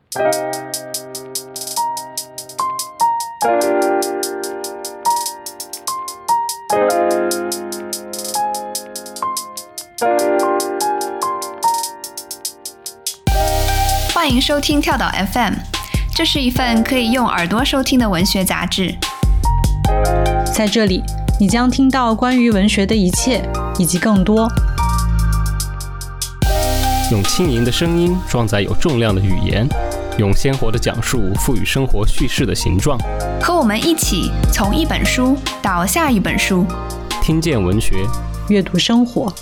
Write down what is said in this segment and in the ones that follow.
欢迎收听跳岛 FM， 这是一份可以用耳朵收听的文学杂志。 在这里，你将听到关于文学的一切，以及更多。 用轻盈的声音装载有重量的语言，用鲜活的讲述赋予生活叙事的形状。 和我们一起从一本书到下一本书， 听见文学， 阅读生活。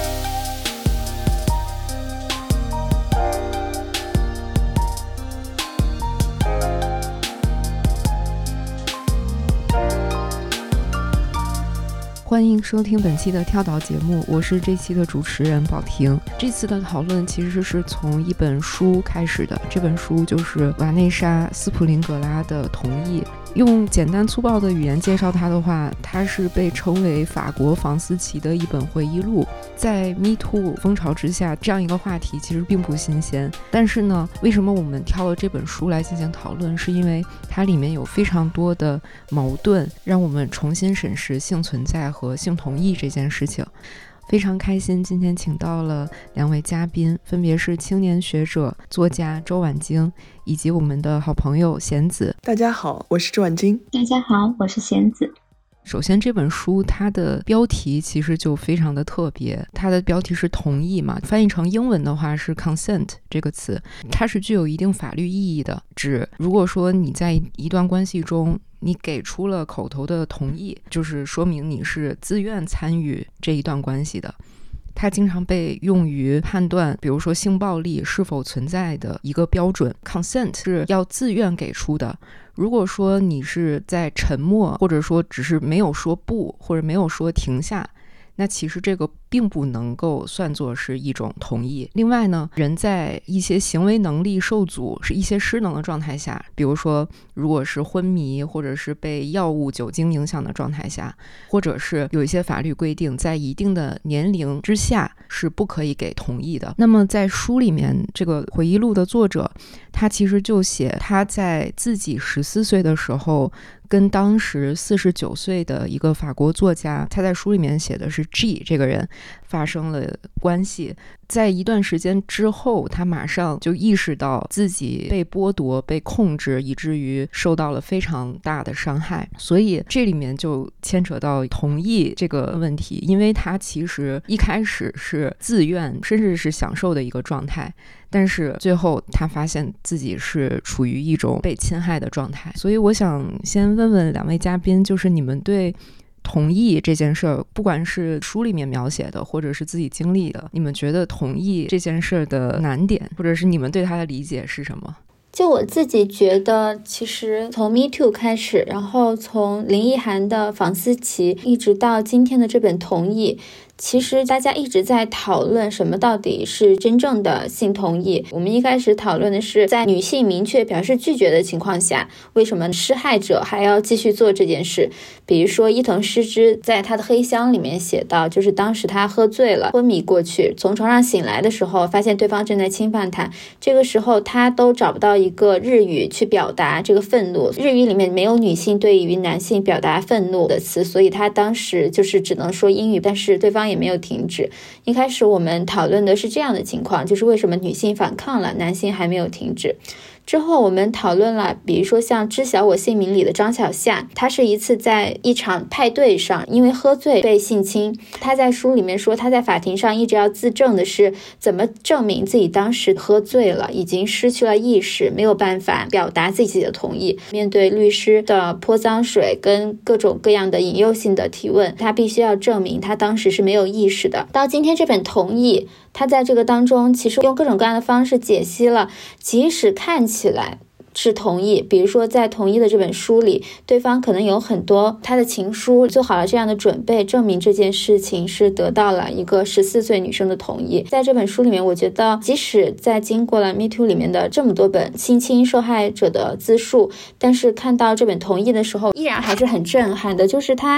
欢迎收听本期的跳岛节目，我是这期的主持人宝婷。这次的讨论其实是从一本书开始的，这本书就是瓦内莎·斯普林格拉的《同意》。用简单粗暴的语言介绍它的话，它是被称为法国房思琪的一本回忆录。在 MeToo 风潮之下，这样一个话题其实并不新鲜。但是呢，为什么我们挑了这本书来进行讨论，是因为它里面有非常多的矛盾，让我们重新审视性存在和性同意这件事情。非常开心今天请到了两位嘉宾，分别是青年学者作家周婉晶以及我们的好朋友弦子。 大家好，我是周婉晶。 大家好，我是弦子。 首先这本书它的标题其实就非常的特别，它的标题是同意嘛，翻译成英文的话是 consent 这个词，它是具有一定法律意义的，指如果说你在一段关系中你给出了口头的同意，就是说明你是自愿参与这一段关系的。它经常被用于判断比如说性暴力是否存在的一个标准。 consent 是要自愿给出的，如果说你是在沉默，或者说只是没有说不，或者没有说停下，那其实这个并不能够算作是一种同意。另外呢，人在一些行为能力受阻，是一些失能的状态下，比如说如果是昏迷，或者是被药物酒精影响的状态下，或者是有一些法律规定在一定的年龄之下是不可以给同意的。那么在书里面，这个回忆录的作者他其实就写他在自己14岁的时候跟当时49岁的一个法国作家，他在书里面写的是 G 这个人发生了关系。在一段时间之后，他马上就意识到自己被剥夺、被控制，以至于受到了非常大的伤害。所以这里面就牵扯到同意这个问题，因为他其实一开始是自愿甚至是享受的一个状态，但是最后他发现自己是处于一种被侵害的状态。所以我想先问问两位嘉宾，就是你们对同意这件事儿，不管是书里面描写的或者是自己经历的，你们觉得同意这件事的难点，或者是你们对它的理解是什么？ 就我自己觉得，其实从 MeToo 开始，然后从林奕含的房思琪一直到今天的这本同意，其实大家一直在讨论什么到底是真正的性同意。我们一开始讨论的是在女性明确表示拒绝的情况下，为什么施害者还要继续做这件事。比如说伊藤诗织在他的黑箱里面写到，就是当时他喝醉了昏迷过去，从床上醒来的时候发现对方正在侵犯他，这个时候他都找不到一个日语去表达这个愤怒，日语里面没有女性对于男性表达愤怒的词，所以他当时就是只能说英语，但是对方也没有停止。一开始我们讨论的是这样的情况，就是为什么女性反抗了，男性还没有停止。之后我们讨论了比如说像知晓我姓名里的张小夏，他是一次在一场派对上因为喝醉被性侵，他在书里面说他在法庭上一直要自证的是怎么证明自己当时喝醉了，已经失去了意识，没有办法表达自己的同意。面对律师的泼脏水跟各种各样的引诱性的提问，他必须要证明他当时是没有意识的。到今天这本同意，他在这个当中其实用各种各样的方式解析了即使看起来是同意，比如说在同意的这本书里，对方可能有很多他的情书，做好了这样的准备，证明这件事情是得到了一个14岁女生的同意。在这本书里面，我觉得即使在经过了 MeToo 里面的这么多本性侵受害者的自述，但是看到这本同意的时候依然还是很震撼的，就是他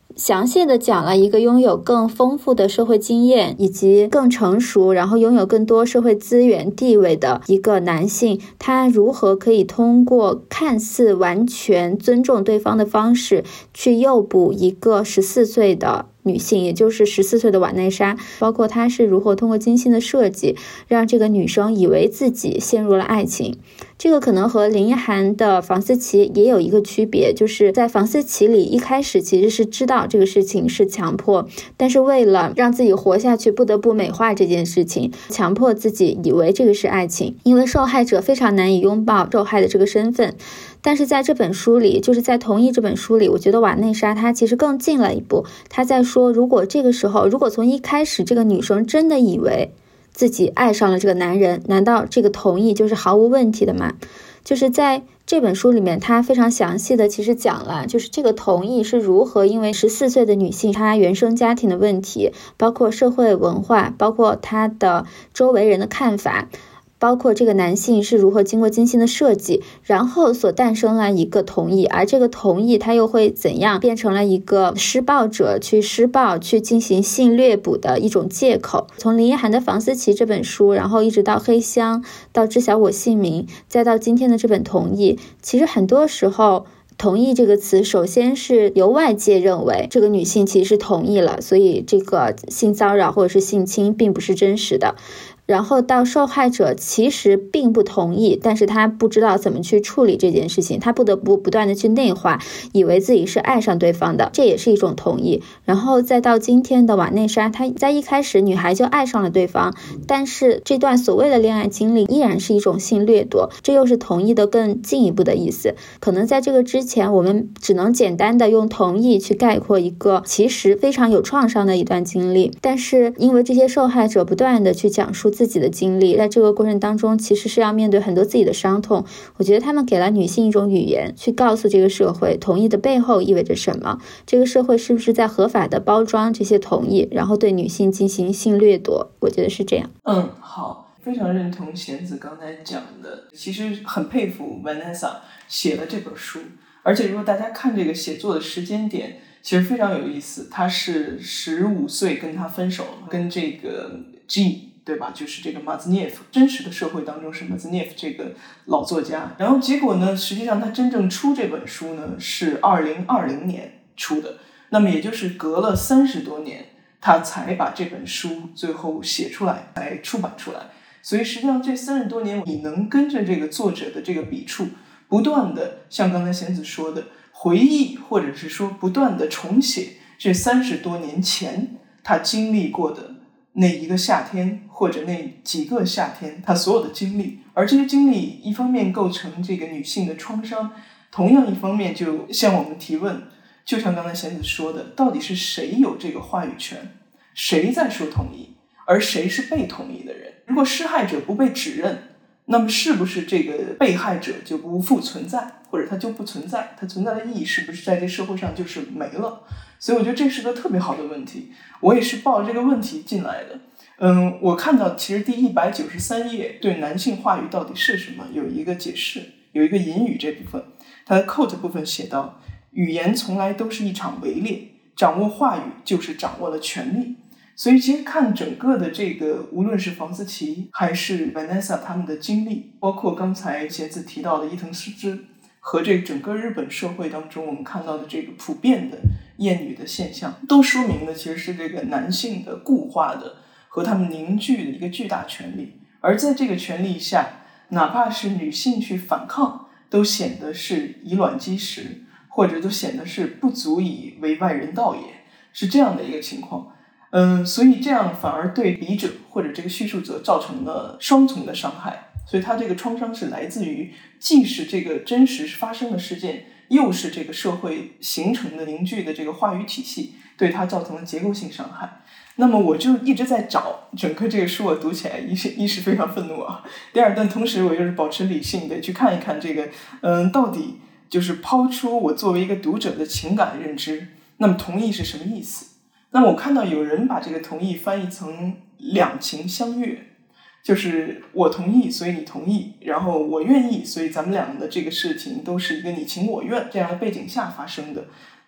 详细的讲了一个拥有更丰富的社会经验以及更成熟，然后拥有更多社会资源地位的一个男性，他如何可以通过看似完全尊重对方的方式去诱捕一个14岁的女性，也就是14岁的瓦内莎，包括他是如何通过精心的设计让这个女生以为自己陷入了爱情。这个可能和林奕含的房思琪也有一个区别，就是在房思琪里一开始其实是知道这个事情是强迫，但是为了让自己活下去不得不美化这件事情，强迫自己以为这个是爱情，因为受害者非常难以拥抱受害的这个身份。但是在这本书里，就是在同意这本书里，我觉得瓦内莎她其实更进了一步，她在说如果这个时候，如果从一开始这个女生真的以为自己爱上了这个男人，难道这个同意就是毫无问题的吗？就是在这本书里面，他非常详细的其实讲了，就是这个同意是如何因为14岁的女性她原生家庭的问题，包括社会文化，包括她的周围人的看法，包括这个男性是如何经过精心的设计，然后所诞生了一个同意，而这个同意它又会怎样变成了一个施暴者去施暴去进行性掠捕的一种借口。从林奕含的房思琪这本书，然后一直到黑箱，到知晓我姓名，再到今天的这本同意，其实很多时候同意这个词首先是由外界认为这个女性其实是同意了，所以这个性骚扰或者是性侵并不是真实的，然后到受害者其实并不同意，但是他不知道怎么去处理这件事情，他不得不不断的去内化，以为自己是爱上对方的，这也是一种同意。然后再到今天的瓦内莎，她在一开始女孩就爱上了对方，但是这段所谓的恋爱经历依然是一种性掠夺，这又是同意的更进一步的意思。可能在这个之前，我们只能简单的用同意去概括一个其实非常有创伤的一段经历，但是因为这些受害者不断的去讲述自己的经历，在这个过程当中其实是要面对很多自己的伤痛，我觉得他们给了女性一种语言，去告诉这个社会同意的背后意味着什么，这个社会是不是在合法的包装这些同意，然后对女性进行性掠夺，我觉得是这样。 好，非常认同弦子刚才讲的，其实很佩服 Vanessa 写了这本书，而且如果大家看这个写作的时间点其实非常有意思，他是15岁跟他分手，跟这个 G对吧，就是这个马兹涅夫，真实的社会当中是马兹涅夫这个老作家，然后结果呢，实际上他真正出这本书呢是2020年出的，那么也就是隔了30多年他才把这本书最后写出来，才出版出来。所以实际上这30多年你能跟着这个作者的这个笔触不断的像刚才弦子说的回忆，或者是说不断的重写这30多年前他经历过的那一个夏天或者那几个夏天他所有的经历，而这些经历一方面构成这个女性的创伤，同样一方面就向我们提问，就像刚才弦子说的，到底是谁有这个话语权，谁在说同意，而谁是被同意的人。如果施害者不被指认，那么是不是这个被害者就不复存在，或者他就不存在，他存在的意义是不是在这社会上就是没了。所以我觉得这是个特别好的问题，我也是抱着这个问题进来的。我看到其实第193页对男性话语到底是什么有一个解释，有一个引语这部分，它的 quote 部分写到，语言从来都是一场围猎，掌握话语就是掌握了权力。所以其实看整个的这个，无论是房思琪还是 Vanessa 他们的经历，包括刚才弦子提到的伊藤诗织，和这整个日本社会当中我们看到的这个普遍的厌女的现象，都说明的其实是这个男性的固化的和他们凝聚的一个巨大权力。而在这个权力下，哪怕是女性去反抗，都显得是以卵击石，或者都显得是不足以为外人道也，是这样的一个情况。所以这样反而对笔者或者这个叙述者造成了双重的伤害。所以他这个创伤是来自于既是这个真实发生的事件，又是这个社会形成的凝聚的这个话语体系对他造成了结构性伤害。那么我就一直在找整个这个书，我读起来一是非常愤怒啊，第二但同时我又是保持理性的去看一看这个到底就是抛出我作为一个读者的情感认知，那么同意是什么意思。那么我看到有人把这个同意翻译成两情相悦，就是我同意所以你同意，然后我愿意所以咱们俩的这个事情都是一个你情我愿这样的背景下发生的。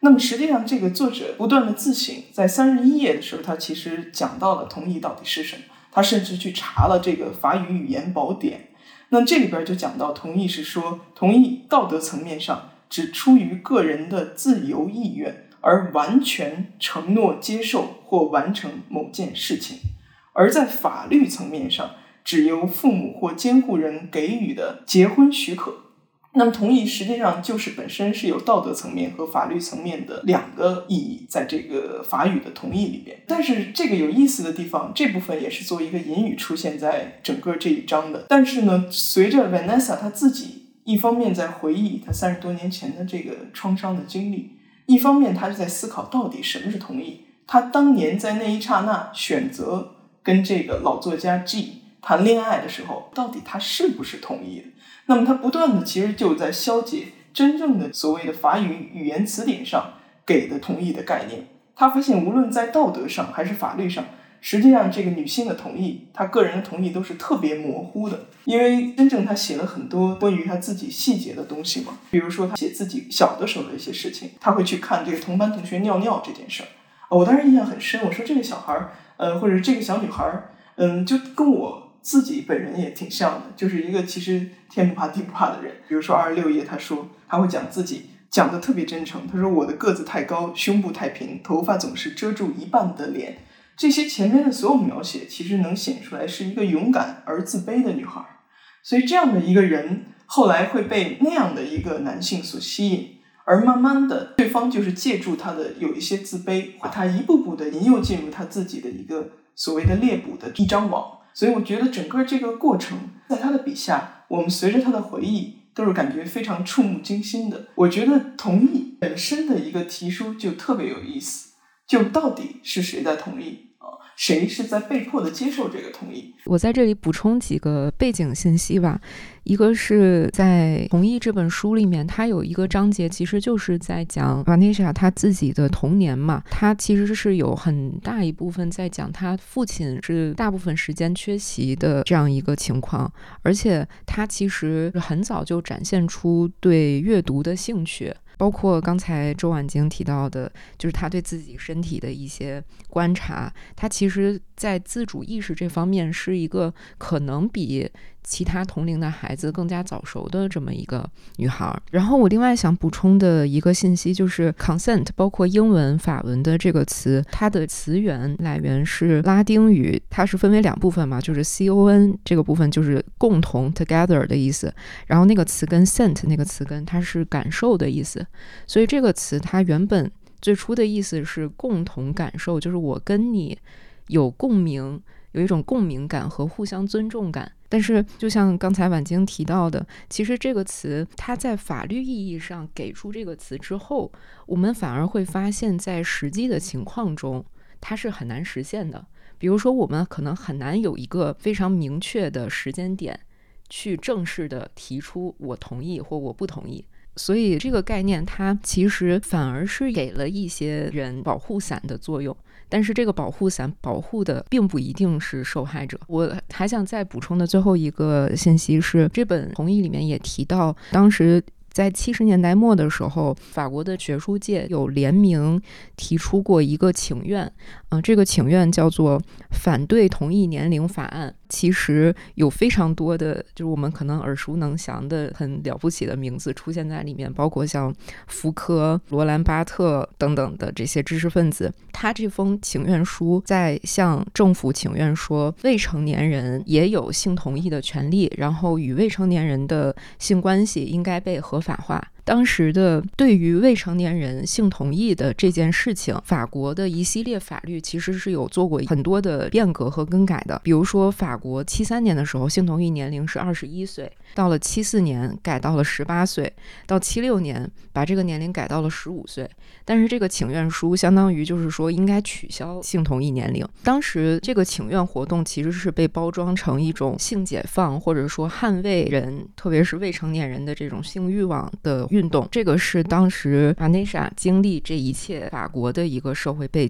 那么实际上这个作者不断的自省，在31页的时候他其实讲到了同意到底是什么，他甚至去查了这个法语语言宝典。那这里边就讲到同意是说，同意道德层面上只出于个人的自由意愿而完全承诺接受或完成某件事情，而在法律层面上只由父母或监护人给予的结婚许可。那么同意实际上就是本身是有道德层面和法律层面的两个意义在这个法语的同意里边。但是这个有意思的地方，这部分也是作为一个引语出现在整个这一章的。但是呢，随着 Vanessa 她自己一方面在回忆她30多年前的这个创伤的经历，一方面她是在思考到底什么是同意。她当年在那一刹那选择跟这个老作家 G 谈恋爱的时候，到底她是不是同意的？那么他不断的其实就在消解真正的所谓的法语语言词典上给的同意的概念。他发现无论在道德上还是法律上，实际上这个女性的同意，她个人的同意都是特别模糊的。因为真正她写了很多关于她自己细节的东西嘛，比如说她写自己小的时候的一些事情，她会去看这个同班同学尿尿这件事儿。我当时印象很深，我说这个小孩或者这个小女孩就跟我自己本人也挺像的，就是一个其实天不怕地不怕的人。比如说26页他说他会讲自己，讲得特别真诚，他说我的个子太高，胸部太平，头发总是遮住一半的脸。这些前面的所有描写其实能显出来是一个勇敢而自卑的女孩。所以这样的一个人后来会被那样的一个男性所吸引，而慢慢的对方就是借助他的有一些自卑，把他一步步的引诱进入他自己的一个所谓的猎捕的一张网。所以我觉得整个这个过程在他的笔下，我们随着他的回忆都是感觉非常触目惊心的。我觉得同意本身的一个提出就特别有意思，就到底是谁在同意，谁是在被迫的接受这个同意。 我在这里补充几个背景信息吧。一个是在《同意》这本书里面，它有一个章节其实就是在讲 Vanessa 她自己的童年嘛，她其实是有很大一部分在讲她父亲是大部分时间缺席的这样一个情况，而且她其实很早就展现出对阅读的兴趣，包括刚才周婉晶提到的，就是他对自己身体的一些观察，他其实在自主意识这方面是一个可能比其他同龄的孩子更加早熟的这么一个女孩。然后我另外想补充的一个信息就是 consent 包括英文法文的这个词，它的词源来源是拉丁语，它是分为两部分嘛，就是 con 这个部分就是共同 together 的意思，然后那个词根 sent 那个词根它是感受的意思。所以这个词它原本最初的意思是共同感受，就是我跟你有共鸣，有一种共鸣感和互相尊重感。但是就像刚才婉晶提到的，其实这个词它在法律意义上给出这个词之后，我们反而会发现在实际的情况中它是很难实现的。比如说我们可能很难有一个非常明确的时间点去正式的提出我同意或我不同意，所以这个概念它其实反而是给了一些人保护伞的作用，但是这个保护伞保护的并不一定是受害者。我还想再补充的最后一个信息是，这本同意里面也提到，当时在70年代末的时候，法国的学术界有联名提出过一个请愿，这个请愿叫做反对同意年龄法案。其实有非常多的就是我们可能耳熟能详的很了不起的名字出现在里面，包括像福柯、罗兰巴特等等的这些知识分子。他这封请愿书在向政府请愿说，未成年人也有性同意的权利，然后与未成年人的性关系应该被合法化。当时的对于未成年人性同意的这件事情，法国的一系列法律其实是有做过很多的变革和更改的。比如说法国73年的时候性同意年龄是21岁，到了74年改到了18岁，到76年把这个年龄改到了15岁。但是这个请愿书相当于就是说应该取消性同意年龄。当时这个请愿活动其实是被包装成一种性解放，或者说捍卫人特别是未成年人的这种性欲望的运动。这个是当时 Vanessa 经历这一切法国的一个社会背景。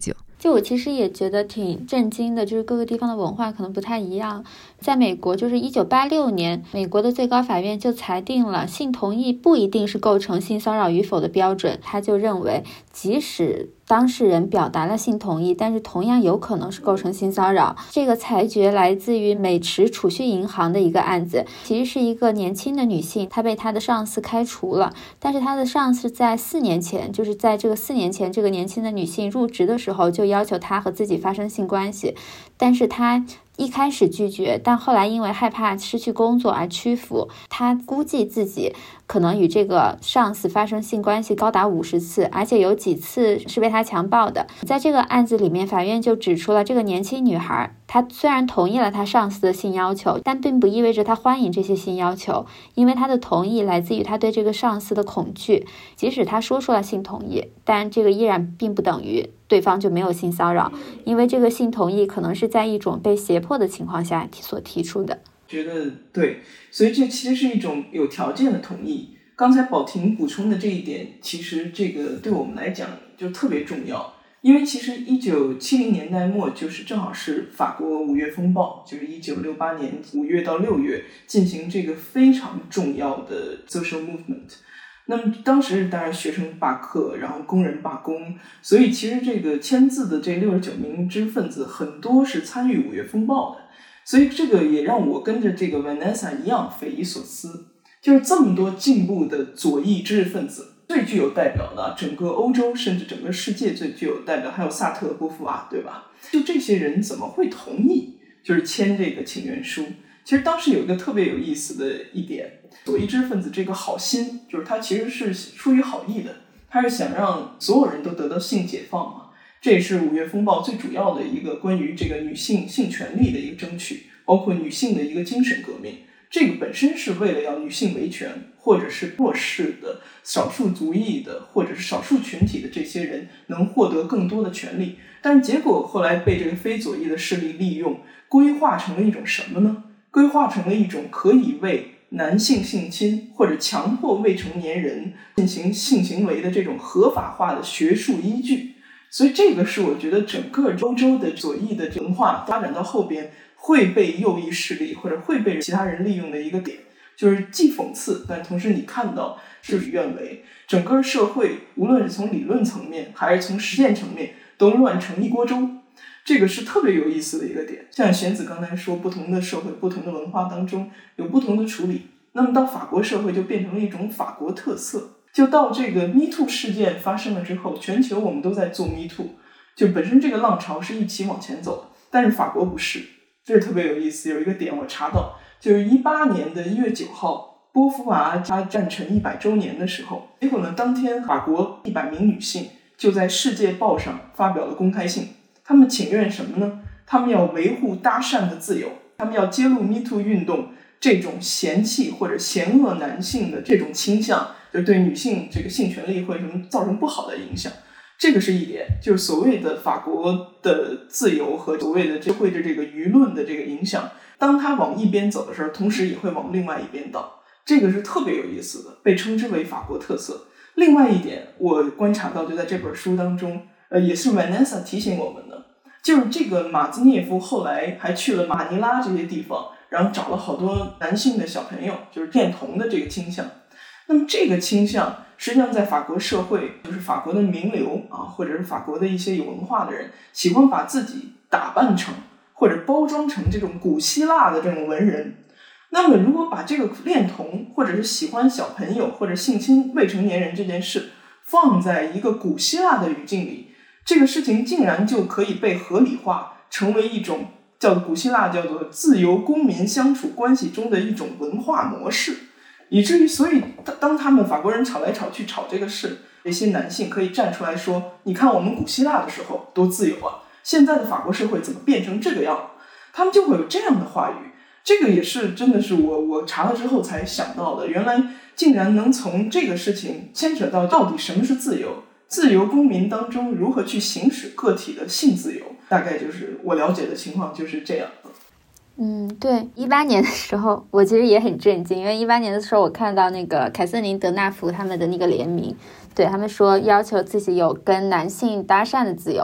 就我其实也觉得挺震惊的，就是各个地方的文化可能不太一样。在美国，就是1986年，美国的最高法院就裁定了性同意不一定是构成性骚扰与否的标准，他就认为即使当事人表达了性同意，但是同样有可能是构成性骚扰。这个裁决来自于美池储蓄银行的一个案子，其实是一个年轻的女性，她被她的上司开除了，但是她的上司在4年前，就是在这个4年前，这个年轻的女性入职的时候就要求她和自己发生性关系，但是她一开始拒绝，但后来因为害怕失去工作而屈服。他估计自己可能与这个上司发生性关系高达50次，而且有几次是被他强暴的。在这个案子里面，法院就指出了这个年轻女孩，她虽然同意了她上司的性要求，但并不意味着她欢迎这些性要求，因为她的同意来自于她对这个上司的恐惧。即使她说出了性同意，但这个依然并不等于对方就没有性骚扰，因为这个性同意可能是在一种被胁迫的情况下所提出的。 觉得对，所以这其实是一种有条件的同意。刚才宝婷补充的这一点，其实这个对我们来讲就特别重要，因为其实1970年代末就是正好是法国5月风暴，就是1968年5月到6月进行这个非常重要的 social movement。那么当时当然学生罢课，然后工人罢工，所以其实这个签字的这69名知识分子很多是参与5月风暴的，所以这个也让我跟着这个 Vanessa 一样匪夷所思，就是这么多进步的左翼知识分子，最具有代表的整个欧洲甚至整个世界最具有代表，还有萨特、波伏娃，对吧？就这些人怎么会同意就是签这个请愿书？其实当时有一个特别有意思的一点，左翼知识分子这个好心，就是他其实是出于好意的，他是想让所有人都得到性解放嘛。这也是5月风暴最主要的一个关于这个女性性权利的一个争取，包括女性的一个精神革命。这个本身是为了要女性维权，或者是弱势的少数族裔的或者是少数群体的这些人能获得更多的权利，但结果后来被这个非左翼的势力利用，规划成了一种什么呢？规划成了一种可以为男性性侵或者强迫未成年人进行性行为的这种合法化的学术依据。所以这个是我觉得整个欧洲的左翼的文化发展到后边会被右翼势力或者会被其他人利用的一个点，就是既讽刺，但同时你看到事与愿违，整个社会无论是从理论层面还是从实践层面都乱成一锅粥。这个是特别有意思的一个点。像弦子刚才说，不同的社会不同的文化当中有不同的处理，那么到法国社会就变成了一种法国特色。就到这个 MeToo 事件发生了之后，全球我们都在做 MeToo， 就本身这个浪潮是一起往前走的，但是法国不是。这是特别有意思，有一个点我查到，就是18年1月9号波伏娃她诞辰100周年的时候，结果呢，当天法国100名女性就在《世界报》上发表了公开信，他们请愿什么呢？他们要维护搭讪的自由，他们要揭露 MeToo 运动这种嫌弃或者嫌恶男性的这种倾向，就对女性这个性权利会什么造成不好的影响。这个是一点，就是所谓的法国的自由和所谓的社会的这个舆论的这个影响，当它往一边走的时候，同时也会往另外一边倒，这个是特别有意思的，被称之为法国特色。另外一点我观察到就在这本书当中，也是 Vanessa 提醒我们的，就是这个马兹涅夫后来还去了马尼拉这些地方，然后找了好多男性的小朋友，就是恋童的这个倾向。那么这个倾向实际上在法国社会，就是法国的名流啊，或者是法国的一些有文化的人，喜欢把自己打扮成或者包装成这种古希腊的这种文人。那么如果把这个恋童或者是喜欢小朋友或者性侵未成年人这件事放在一个古希腊的语境里，这个事情竟然就可以被合理化，成为一种叫做古希腊叫做自由公民相处关系中的一种文化模式。以至于所以当他们法国人吵来吵去吵这个事，这些男性可以站出来说，你看我们古希腊的时候多自由啊，现在的法国社会怎么变成这个样，他们就会有这样的话语。这个也是真的是我查了之后才想到的，原来竟然能从这个事情牵扯到底什么是自由，自由公民当中如何去行使个体的性自由，大概就是我了解的情况就是这样。 对，18年的时候我其实也很震惊，因为18年的时候我看到那个凯瑟琳·德纳福他们的那个联名，对他们说要求自己有跟男性搭讪的自由。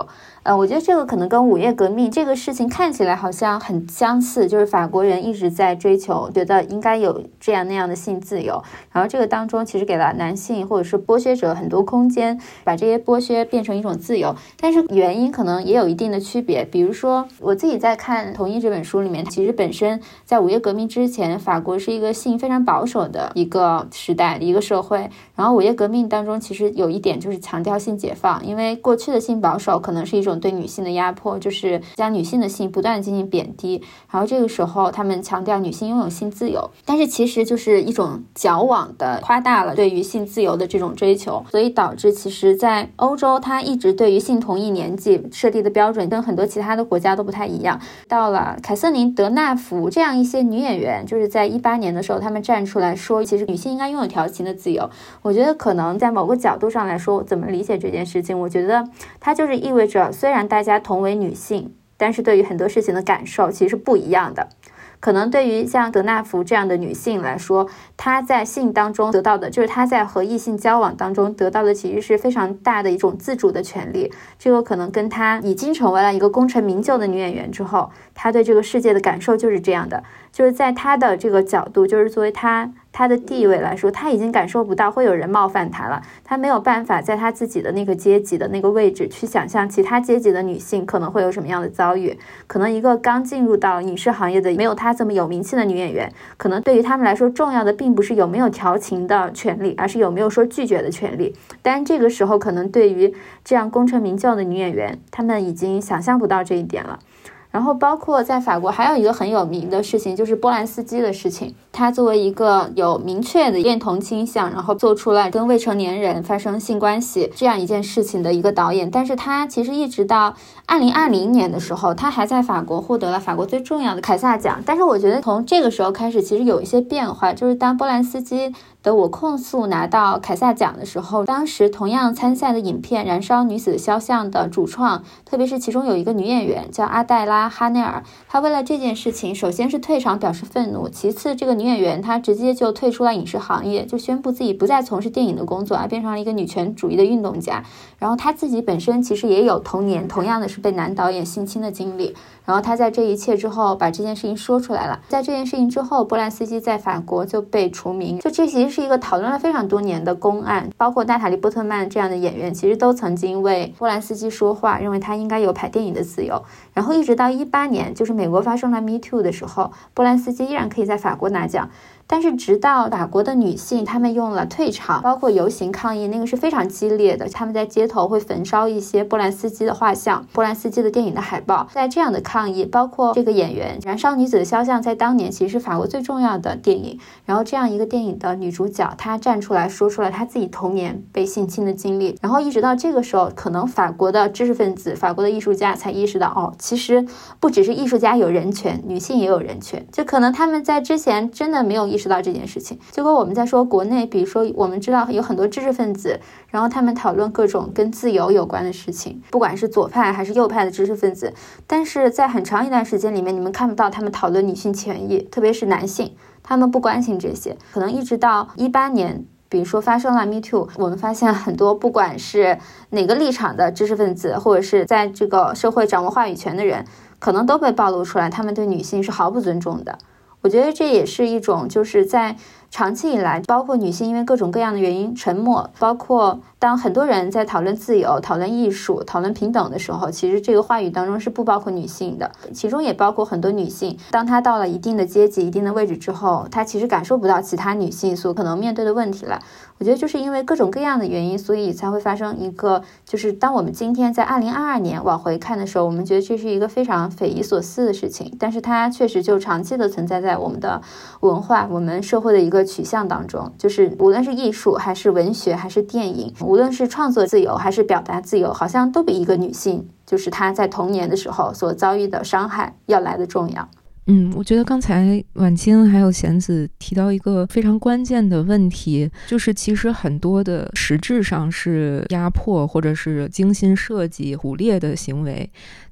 我觉得这个可能跟五月革命这个事情看起来好像很相似，就是法国人一直在追求，觉得应该有这样那样的性自由，然后这个当中其实给了男性或者是剥削者很多空间，把这些剥削变成一种自由，但是原因可能也有一定的区别。比如说我自己在看《同意》这本书里面，其实本身在五月革命之前，法国是一个性非常保守的一个时代，一个社会，然后五月革命当中其实有一点就是强调性解放，因为过去的性保守可能是一种对女性的压迫，就是将女性的性不断进行贬低，然后这个时候他们强调女性拥有性自由，但是其实就是一种矫枉的夸大了对于性自由的这种追求，所以导致其实在欧洲它一直对于性同意年纪设立的标准跟很多其他的国家都不太一样。到了凯瑟琳·德纳福这样一些女演员，就是在18年的时候他们站出来说其实女性应该拥有调情的自由，我觉得可能在某个角度上来说，怎么理解这件事情，我觉得它就是意味着虽然大家同为女性，但是对于很多事情的感受其实是不一样的。可能对于像德纳福这样的女性来说，她在性当中得到的，就是她在和异性交往当中得到的其实是非常大的一种自主的权利，这个可能跟她已经成为了一个功成名就的女演员之后，她对这个世界的感受就是这样的，就是在她的这个角度，就是作为她的地位来说，她已经感受不到会有人冒犯她了，她没有办法在她自己的那个阶级的那个位置去想象其他阶级的女性可能会有什么样的遭遇。可能一个刚进入到影视行业的没有她这么有名气的女演员，可能对于他们来说重要的并不是有没有调情的权利，而是有没有说拒绝的权利。但这个时候可能对于这样功成名就的女演员，她们已经想象不到这一点了。然后包括在法国还有一个很有名的事情，就是波兰斯基的事情。他作为一个有明确的恋童倾向，然后做出了跟未成年人发生性关系这样一件事情的一个导演，但是他其实一直到2020年的时候，他还在法国获得了法国最重要的凯撒奖。但是我觉得从这个时候开始其实有一些变化，就是当波兰斯基的我控诉拿到凯撒奖的时候，当时同样参赛的影片《燃烧女子的肖像》的主创，特别是其中有一个女演员叫阿黛拉·哈内尔，她为了这件事情首先是退场表示愤怒，其次这个女演员她直接就退出了影视行业，就宣布自己不再从事电影的工作，而变成了一个女权主义的运动家。然后她自己本身其实也有童年同样的是被男导演性侵的经历，然后她在这一切之后把这件事情说出来了。在这件事情之后，波兰斯基在法国就被除名，就这其实是一个讨论了非常多年的公案，包括娜塔莉·波特曼这样的演员其实都曾经为波兰斯基说话，认为他应该有拍电影的自由。然后一直到18年，就是美国发生了 Me Too 的时候，波兰斯基依然可以在法国拿奖。但是直到法国的女性她们用了退场，包括游行抗议，那个是非常激烈的，她们在街头会焚烧一些波兰斯基的画像，波兰斯基的电影的海报。在这样的抗议，包括这个演员《燃烧女子的肖像》在当年其实是法国最重要的电影，然后这样一个电影的女主角她站出来说出了她自己童年被性侵的经历，然后一直到这个时候，可能法国的知识分子、法国的艺术家才意识到，其实不只是艺术家有人权，女性也有人权，就可能他们在之前真的没有意识到这件事情。结果我们在说国内，比如说我们知道有很多知识分子，然后他们讨论各种跟自由有关的事情，不管是左派还是右派的知识分子，但是在很长一段时间里面，你们看不到他们讨论女性权益，特别是男性，他们不关心这些。可能一直到18年，比如说发生了 Me Too， 我们发现很多不管是哪个立场的知识分子，或者是在这个社会掌握话语权的人，可能都被暴露出来他们对女性是毫不尊重的。我觉得这也是一种就是在长期以来，包括女性因为各种各样的原因沉默，包括当很多人在讨论自由、讨论艺术、讨论平等的时候，其实这个话语当中是不包括女性的，其中也包括很多女性，当她到了一定的阶级、一定的位置之后，她其实感受不到其他女性所可能面对的问题了。我觉得就是因为各种各样的原因，所以才会发生一个，就是当我们今天在2022年往回看的时候，我们觉得这是一个非常匪夷所思的事情，但是它确实就长期的存在在我们的文化、我们社会的一个取向当中，就是无论是艺术还是文学还是电影，无论是创作自由还是表达自由，好像都比一个女性就是她在童年的时候所遭遇的伤害要来的重要。 我觉得刚才婉清还有弦子提到一个非常关键的问题，就是其实很多的实质上是压迫或者是精心设计、捕猎的行为，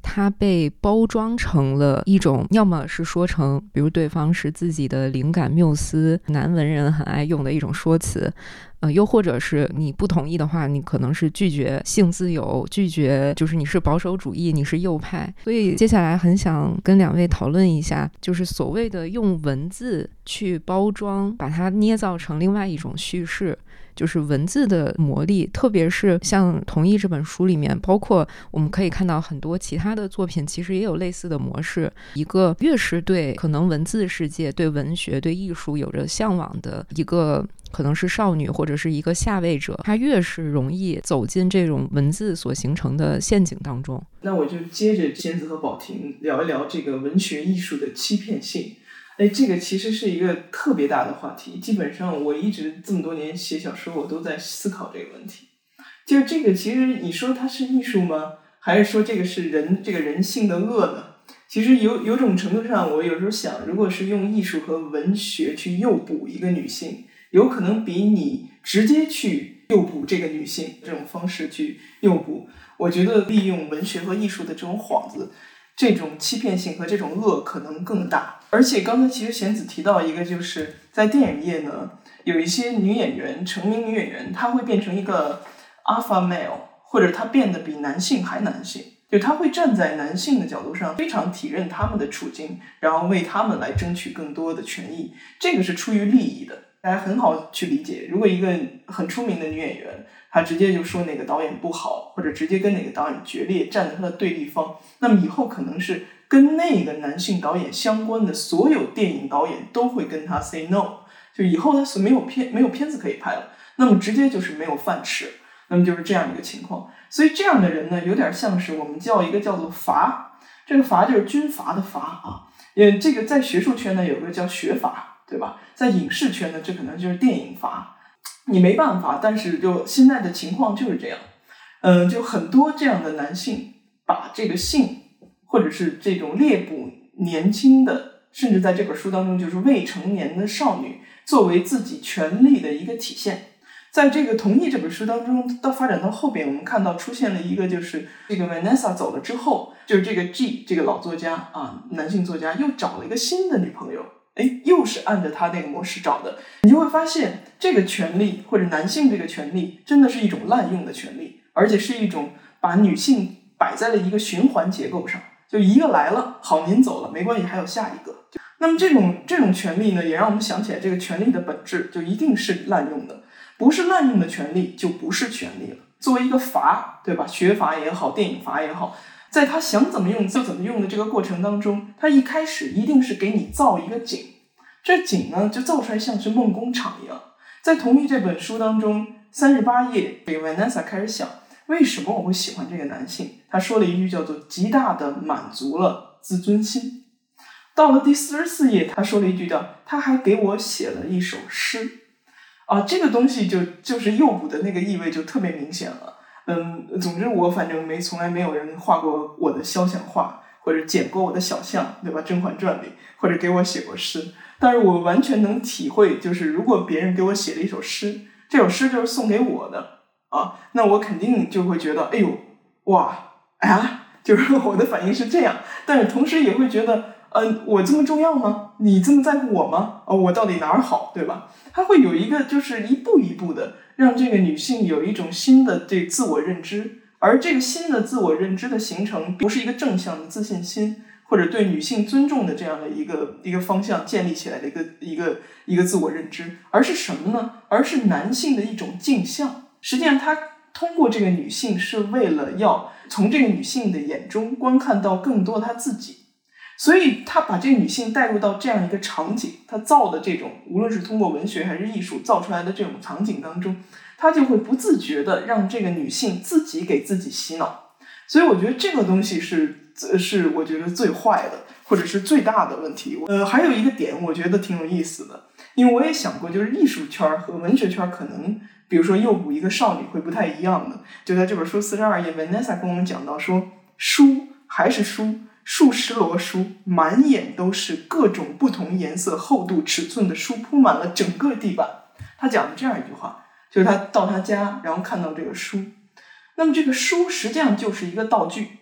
它被包装成了一种，要么是说成比如对方是自己的灵感缪斯，男文人很爱用的一种说辞，又或者是你不同意的话，你可能是拒绝性自由，拒绝就是你是保守主义，你是右派。所以接下来很想跟两位讨论一下，就是所谓的用文字去包装，把它捏造成另外一种叙事，就是文字的魔力，特别是像《同意》这本书里面，包括我们可以看到很多其他的作品其实也有类似的模式。一个越是对可能文字世界、对文学、对艺术有着向往的一个可能是少女或者是一个下位者，她越是容易走进这种文字所形成的陷阱当中。 那我就接着仙子和宝婷聊一聊这个文学艺术的欺骗性。这个其实是一个特别大的话题，基本上我一直这么多年写小说，我都在思考这个问题。就是这个其实你说它是艺术吗？还是说这个是这个人性的恶呢？其实有种程度上，我有时候想，如果是用艺术和文学去诱捕一个女性，有可能比你直接去诱捕这个女性这种方式去诱捕，我觉得利用文学和艺术的这种幌子，这种欺骗性和这种恶可能更大。而且刚才其实贤子提到一个，就是在电影业呢，有一些女演员，成名女演员，她会变成一个 alpha male， 或者她变得比男性还男性，就她会站在男性的角度上，非常体认他们的处境，然后为他们来争取更多的权益，这个是出于利益的。大家很好去理解，如果一个很出名的女演员，她直接就说哪个导演不好，或者直接跟哪个导演决裂，站在她的对立方，那么以后可能是跟那个男性导演相关的所有电影导演都会跟他 say no， 就以后他是没有片子可以拍了，那么直接就是没有饭吃，那么就是这样一个情况。所以这样的人呢，有点像是我们叫一个叫做阀，这个阀就是军阀的阀啊。这个在学术圈呢有个叫学阀，对吧？在影视圈呢，这可能就是电影阀。你没办法，但是就现在的情况就是这样。就很多这样的男性把这个性或者是这种猎捕年轻的，甚至在这本书当中就是未成年的少女，作为自己权利的一个体现。在这个《同意》这本书当中，到发展到后边，我们看到出现了一个，就是这个 Vanessa 走了之后，就是这个 G 这个老作家啊，男性作家又找了一个新的女朋友，又是按照他那个模式找的。你就会发现，这个权利或者男性这个权利，真的是一种滥用的权利，而且是一种把女性摆在了一个循环结构上。就一个来了，好，您走了，没关系，还有下一个。那么这种权利呢，也让我们想起来，这个权利的本质就一定是滥用的，不是滥用的权利就不是权利了。作为一个阀，对吧？学阀也好，电影阀也好，在他想怎么用就怎么用的这个过程当中，他一开始一定是给你造一个景，这景呢就造出来像是梦工厂一样。在《同意》这本书当中，38页，这个 Vanessa 开始想，为什么我会喜欢这个男性？他说了一句叫做极大的满足了自尊心。到了第44页，他说了一句叫他还给我写了一首诗啊，这个东西就是诱捕的那个意味就特别明显了。总之我反正从来没有人画过我的肖像画，或者剪过我的小像，对吧？《甄嬛传》里，或者给我写过诗，但是我完全能体会，就是如果别人给我写了一首诗，这首诗就是送给我的啊，那我肯定就会觉得，哎呦，哇啊，就是我的反应是这样，但是同时也会觉得，我这么重要吗？你这么在乎我吗？我到底哪儿好，对吧？它会有一个就是一步一步的让这个女性有一种新的对自我认知，而这个新的自我认知的形成，不是一个正向的自信心，或者对女性尊重的这样的一个方向建立起来的一个自我认知，而是什么呢？而是男性的一种镜像。实际上他通过这个女性是为了要从这个女性的眼中观看到更多他自己，所以他把这个女性带入到这样一个场景，他造的这种无论是通过文学还是艺术造出来的这种场景当中，他就会不自觉的让这个女性自己给自己洗脑。所以我觉得这个东西是我觉得最坏的，或者是最大的问题。还有一个点我觉得挺有意思的，因为我也想过，就是艺术圈和文学圈可能比如说诱捕一个少女会不太一样的。就在这本书42页 Vanessa 跟我们讲到说，书还是书，数十摞书，满眼都是各种不同颜色厚度尺寸的书，铺满了整个地板。他讲了这样一句话，就是他到他家然后看到这个书，那么这个书实际上就是一个道具，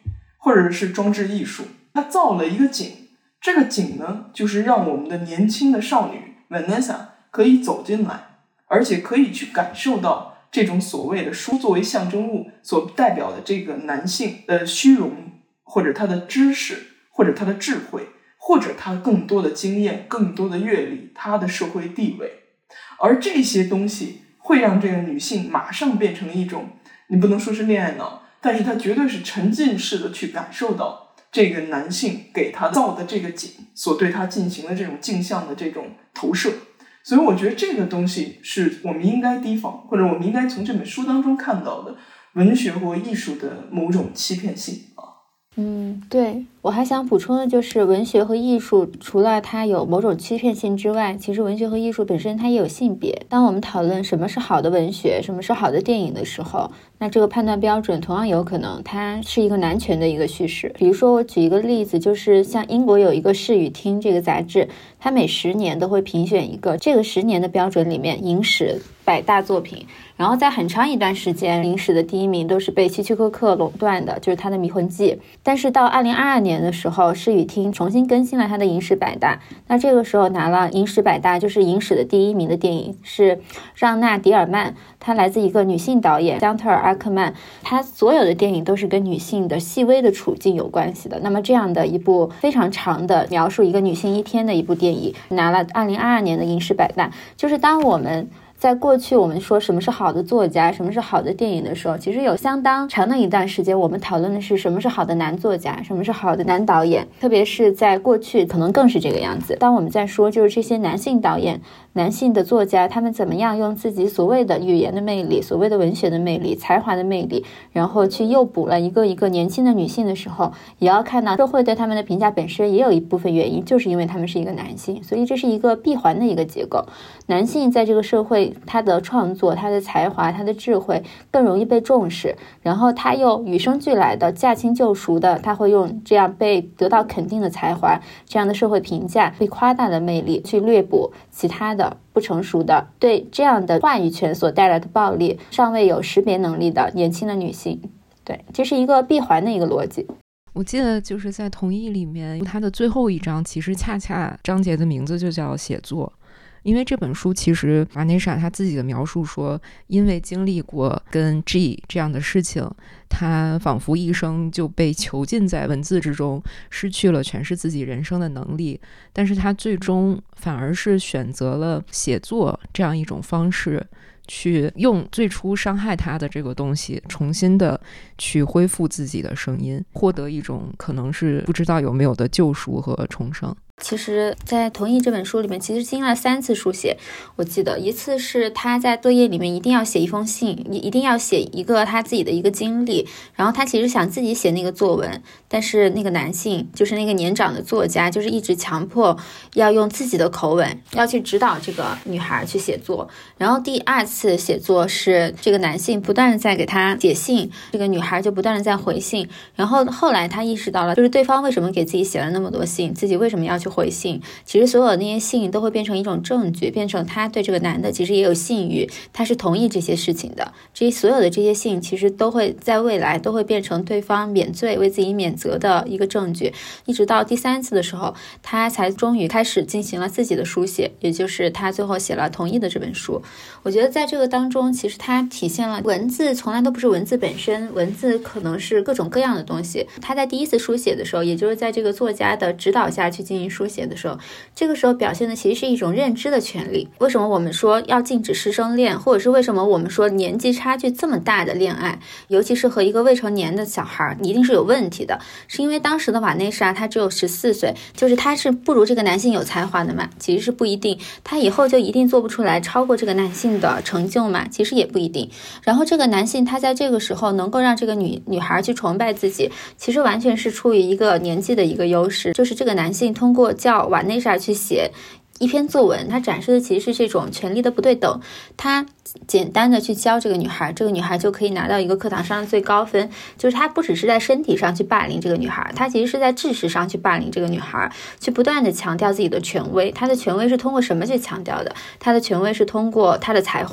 或者是装置艺术，他造了一个井，这个井呢，就是让我们的年轻的少女 Vanessa 可以走进来，而且可以去感受到这种所谓的书作为象征物所代表的这个男性的虚荣，或者他的知识，或者他的智慧，或者他更多的经验，更多的阅历，他的社会地位。而这些东西会让这个女性马上变成一种，你不能说是恋爱脑，但是她绝对是沉浸式的去感受到这个男性给她造的这个景所对她进行的这种镜像的这种投射。所以我觉得这个东西是我们应该提防，或者我们应该从这本书当中看到的文学或艺术的某种欺骗性啊。 对，我还想补充的就是文学和艺术除了它有某种欺骗性之外，其实文学和艺术本身它也有性别。当我们讨论什么是好的文学，什么是好的电影的时候，那这个判断标准同样有可能它是一个男权的一个叙事。比如说我举一个例子，就是像英国有一个视与听这个杂志，它每10年都会评选一个这个10年的标准里面影史100大作品，然后在很长一段时间影史的第1名都是被希区柯克垄断的，就是他的《迷魂记》。但是到2022年的时候，视与听重新更新了他的影史100大，那这个时候拿了影史100大就是影史的第1名的电影是让娜·迪尔曼，她来自一个女性导演江特尔·阿克曼，她所有的电影都是跟女性的细微的处境有关系的。那么这样的一部非常长的描述一个女性一天的一部电影拿了2022年的影史100大，就是当我们在过去我们说什么是好的作家，什么是好的电影的时候，其实有相当长的一段时间我们讨论的是什么是好的男作家，什么是好的男导演，特别是在过去可能更是这个样子。当我们在说就是这些男性导演，男性的作家，他们怎么样用自己所谓的语言的魅力，所谓的文学的魅力，才华的魅力，然后去诱捕了一个一个年轻的女性的时候，也要看到社会对他们的评价本身也有一部分原因就是因为他们是一个男性，所以这是一个闭环的一个结构。男性在这个社会他的创作，他的才华，他的智慧更容易被重视，然后他又与生俱来的驾轻就熟的，他会用这样被得到肯定的才华，这样的社会评价，被夸大的魅力去掠捕其他的不成熟的，对这样的话语权所带来的暴力尚未有识别能力的年轻的女性。对，这是一个闭环的一个逻辑。 我记得就是在同意里面，它的最后一章其实恰恰章节的名字就叫写作。因为这本书其实瓦内莎她自己的描述说，因为经历过跟 G 这样的事情，她仿佛一生就被囚禁在文字之中，失去了诠释自己人生的能力，但是她最终反而是选择了写作这样一种方式，去用最初伤害他的这个东西重新的去恢复自己的声音，获得一种可能是不知道有没有的救赎和重生。 其实在同意这本书里面其实经历了3次书写，我记得一次是他在作业里面一定要写一封信，一定要写一个他自己的一个经历，然后他其实想自己写那个作文，但是那个男性就是那个年长的作家就是一直强迫要用自己的口吻要去指导这个女孩去写作。然后第2次写作是这个男性不断的在给他写信，这个女孩就不断的在回信，然后后来他意识到了就是对方为什么给自己写了那么多信，自己为什么要去回信，其实所有的那些信都会变成一种证据，变成他对这个男的其实也有信誉，他是同意这些事情的，这所有的这些信其实都会在未来都会变成对方免罪为自己免责的一个证据。一直到第3次的时候，他才终于开始进行了自己的书写，也就是他最后写了同意的这本书。我觉得在这个当中其实他体现了文字从来都不是文字本身，文字可能是各种各样的东西。他在第1次书写的时候，也就是在这个作家的指导下去进行书写的时候，这个时候表现的其实是一种认知的权利。为什么我们说要禁止师生恋，或者是为什么我们说年纪差距这么大的恋爱，尤其是和一个未成年的小孩，一定是有问题的，是因为当时的瓦内莎她只有14岁，就是她是不如这个男性有才华的嘛？其实是不一定，她以后就一定做不出来超过这个男性的成就嘛？其实也不一定。然后这个男性他在这个时候能够让这个女孩去崇拜自己，其实完全是出于一个年纪的一个优势，就是这个男性通过叫瓦内莎去写一篇作文，他展示的其实是这种权力的不对等。他简单的去教这个女孩，这个女孩就可以拿到一个课堂上的最高分，就是他不只是在身体上去霸凌这个女孩，他其实是在知识上去霸凌这个女孩，去不断的强调自己的权威。他的权威是通过什么去强调的？他的权威是通过他的才华，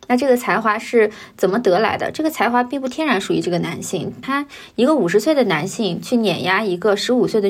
那这个才华是怎么得来的？这个才华并不天然属于这个男性，他一个50岁的男性去碾压一个15岁的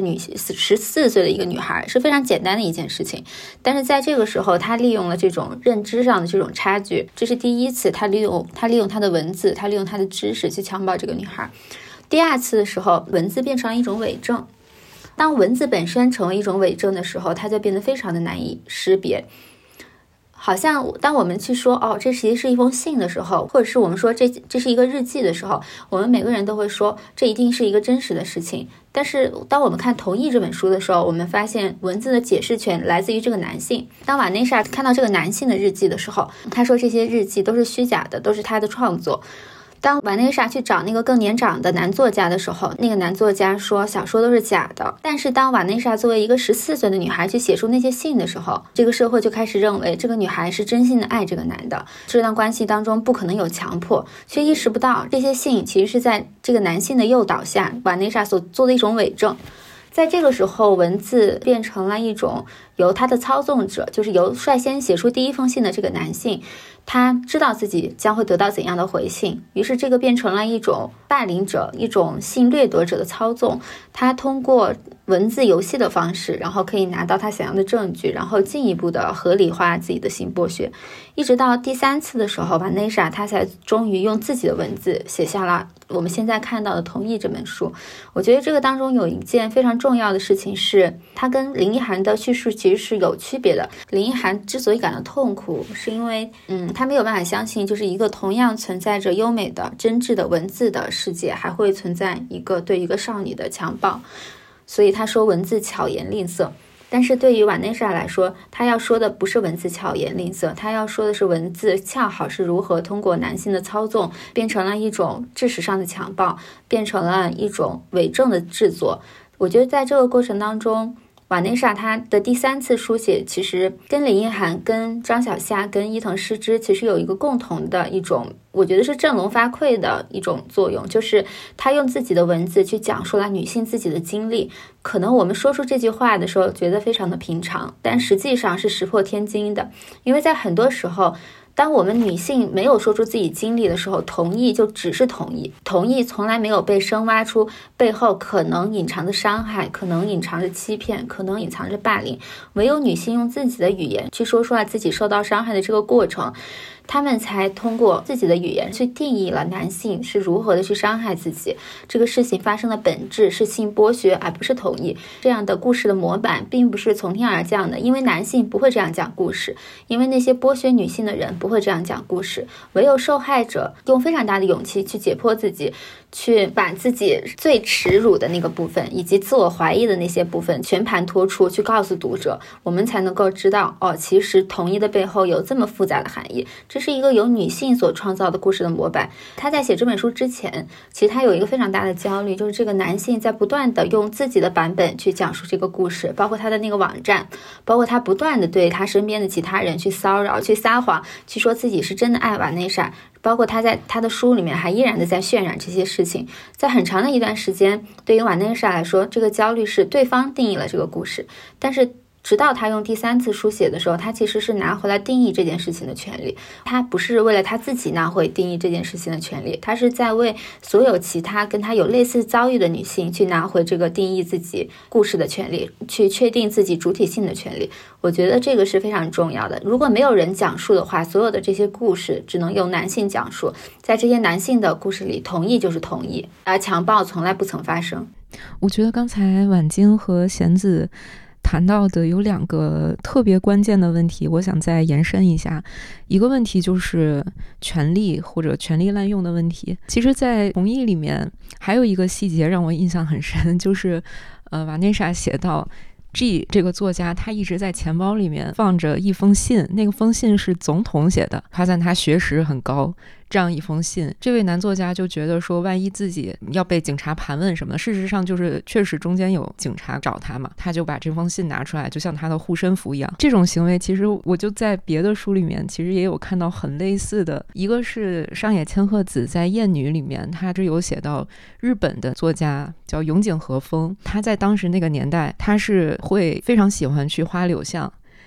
14岁的一个女孩是非常简单的一件事情，但是在这个时候他利用了这种认知上的这种差距，这是第一次他利用他的文字，他利用他的知识去强暴这个女孩。第二次的时候，文字变成了一种伪证，当文字本身成为一种伪证的时候，它就变得非常的难以识别。好像当我们去说这其实是一封信的时候，或者是我们说这是一个日记的时候，我们每个人都会说这一定是一个真实的事情。但是当我们看《同意》这本书的时候，我们发现文字的解释权来自于这个男性。当瓦内莎看到这个男性的日记的时候，他说这些日记都是虚假的，都是他的创作。当瓦内莎去找那个更年长的男作家的时候，那个男作家说小说都是假的。但是当瓦内莎作为一个14岁的女孩去写出那些信的时候，这个社会就开始认为这个女孩是真心的爱这个男的，这段关系当中不可能有强迫，却意识不到这些信其实是在这个男性的诱导下，瓦内莎所做的一种伪证。在这个时候，文字变成了一种由他的操纵者，就是由率先写出第一封信的这个男性，他知道自己将会得到怎样的回信，于是这个变成了一种霸凌者，一种性掠夺者的操纵。他通过文字游戏的方式，然后可以拿到他想要的证据，然后进一步的合理化自己的性剥削。一直到第3次的时候，瓦内莎他才终于用自己的文字写下了我们现在看到的《同意》这本书。我觉得这个当中有一件非常重要的事情是，它跟林奕含的叙述其实是有区别的。林奕含之所以感到痛苦，是因为他没有办法相信，就是一个同样存在着优美的真挚的文字的世界，还会存在一个对一个少女的强暴，所以他说文字巧言令色。但是对于瓦内莎来说，他要说的不是文字巧言令色，他要说的是文字恰好是如何通过男性的操纵变成了一种知识上的强暴，变成了一种伪证的制作。我觉得在这个过程当中，瓦内莎她的第3次书写其实跟林奕含、跟张小夏、跟伊藤诗织其实有一个共同的一种，我觉得是振聋发聩的一种作用，就是她用自己的文字去讲述了女性自己的经历。可能我们说出这句话的时候觉得非常的平常，但实际上是石破天惊的。因为在很多时候，当我们女性没有说出自己经历的时候，同意就只是同意，同意从来没有被深挖出背后可能隐藏的伤害，可能隐藏着欺骗，可能隐藏着霸凌。唯有女性用自己的语言去说出来自己受到伤害的这个过程，他们才通过自己的语言去定义了男性是如何的去伤害自己，这个事情发生的本质是性剥削而不是同意。这样的故事的模板并不是从天而降的，因为男性不会这样讲故事，因为那些剥削女性的人不会这样讲故事，唯有受害者用非常大的勇气去解剖自己，去把自己最耻辱的那个部分以及自我怀疑的那些部分全盘托出，去告诉读者，我们才能够知道其实同意的背后有这么复杂的含义。这是一个由女性所创造的故事的模板。他在写这本书之前，其实他有一个非常大的焦虑，就是这个男性在不断的用自己的版本去讲述这个故事，包括他的那个网站，包括他不断的对他身边的其他人去骚扰，去撒谎，去说自己是真的爱瓦内莎，包括他在他的书里面还依然的在渲染这些事情。在很长的一段时间，对于瓦内莎来说，这个焦虑是对方定义了这个故事，但是直到他用第3次书写的时候，他其实是拿回来定义这件事情的权利。他不是为了他自己拿回定义这件事情的权利，他是在为所有其他跟他有类似遭遇的女性去拿回这个定义自己故事的权利，去确定自己主体性的权利。我觉得这个是非常重要的。如果没有人讲述的话，所有的这些故事只能由男性讲述，在这些男性的故事里，同意就是同意，而强暴从来不曾发生。 我觉得刚才婉晶和弦子谈到的有2个特别关键的问题，我想再延伸一下。一个问题就是权力或者权力滥用的问题。其实在同意里面还有一个细节让我印象很深，就是瓦内莎写到G 这个作家他一直在钱包里面放着一封信，那个封信是总统写的，夸赞他学识很高，这样一封信。这位男作家就觉得说万一自己要被警察盘问什么，事实上就是确实中间有警察找他嘛，他就把这封信拿出来，就像他的护身符一样。这种行为其实我就在别的书里面其实也有看到很类似的，一个是上野千鹤子在《艳女》里面，他这有写到日本的作家叫永井和风，他在当时那个年代他是会非常喜欢去花柳巷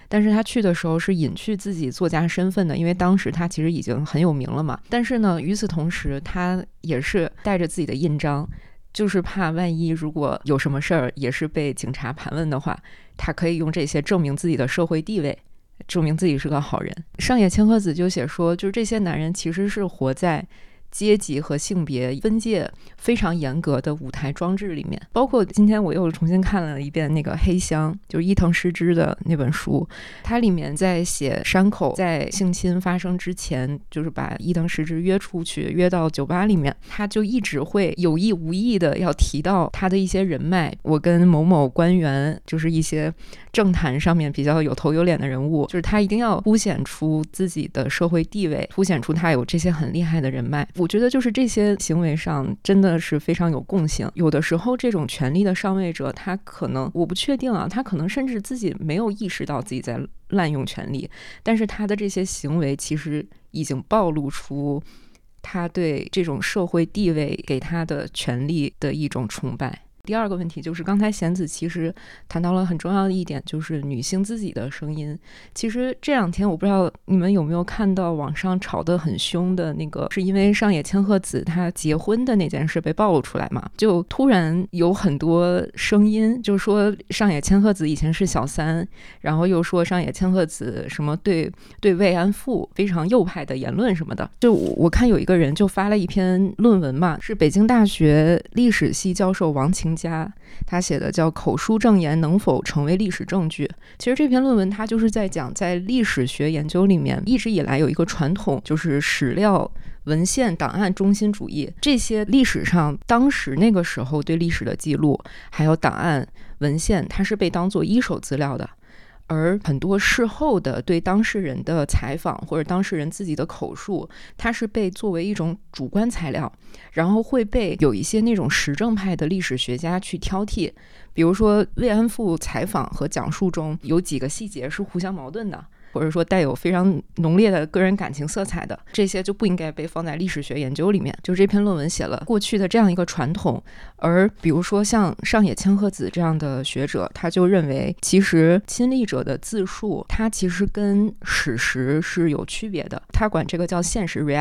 但是他去的时候是隐去自己作家身份的，因为当时他其实已经很有名了嘛。但是呢，与此同时他也是带着自己的印章，就是怕万一如果有什么事儿也是被警察盘问的话，他可以用这些证明自己的社会地位，证明自己是个好人。上野千鹤子就写说，就是这些男人其实是活在阶级和性别分界非常严格的舞台装置里面。包括今天我又重新看了一遍那个黑箱，就是伊藤诗织的那本书，它里面在写山口在性侵发生之前，就是把伊藤诗织约出去，约到酒吧里面，他就一直会有意无意的要提到他的一些人脉，我跟某某官员，就是一些政坛上面比较有头有脸的人物，就是他一定要凸显出自己的社会地位，凸显出他有这些很厉害的人脉。我觉得就是这些行为上真的是非常有共性。有的时候这种权力的上位者，他可能，我不确定啊，他可能甚至自己没有意识到自己在滥用权力，但是他的这些行为其实已经暴露出他对这种社会地位给他的权力的一种崇拜。第二个问题就是刚才贤子其实谈到了很重要的一点，就是女性自己的声音。其实这两天我不知道你们有没有看到网上吵得很凶的那个，是因为上野千鹤子她结婚的那件事被暴露出来嘛，就突然有很多声音就说上野千鹤子以前是小三，然后又说上野千鹤子什么对慰安妇非常右派的言论什么的。就我看有一个人就发了一篇论文嘛，是北京大学历史系教授王晴家他写的，叫口述证言能否成为历史证据。其实这篇论文他就是在讲，在历史学研究里面一直以来有一个传统，就是史料文献档案中心主义。这些历史上当时那个时候对历史的记录还有档案文献，它是被当作一手资料的，而很多事后的对当事人的采访或者当事人自己的口述，它是被作为一种主观材料，然后会被有一些那种实证派的历史学家去挑剔。比如说慰安妇采访和讲述中有几个细节是互相矛盾的，或者说带有非常浓烈的个人感情色彩的，这些就不应该被放在历史学研究里面。就这篇论文写了过去的这样一个传统，而比如说像上野千鹤子这样的学者，他就认为其实亲历者的自述它其实跟史实是有区别的，他管这个叫现实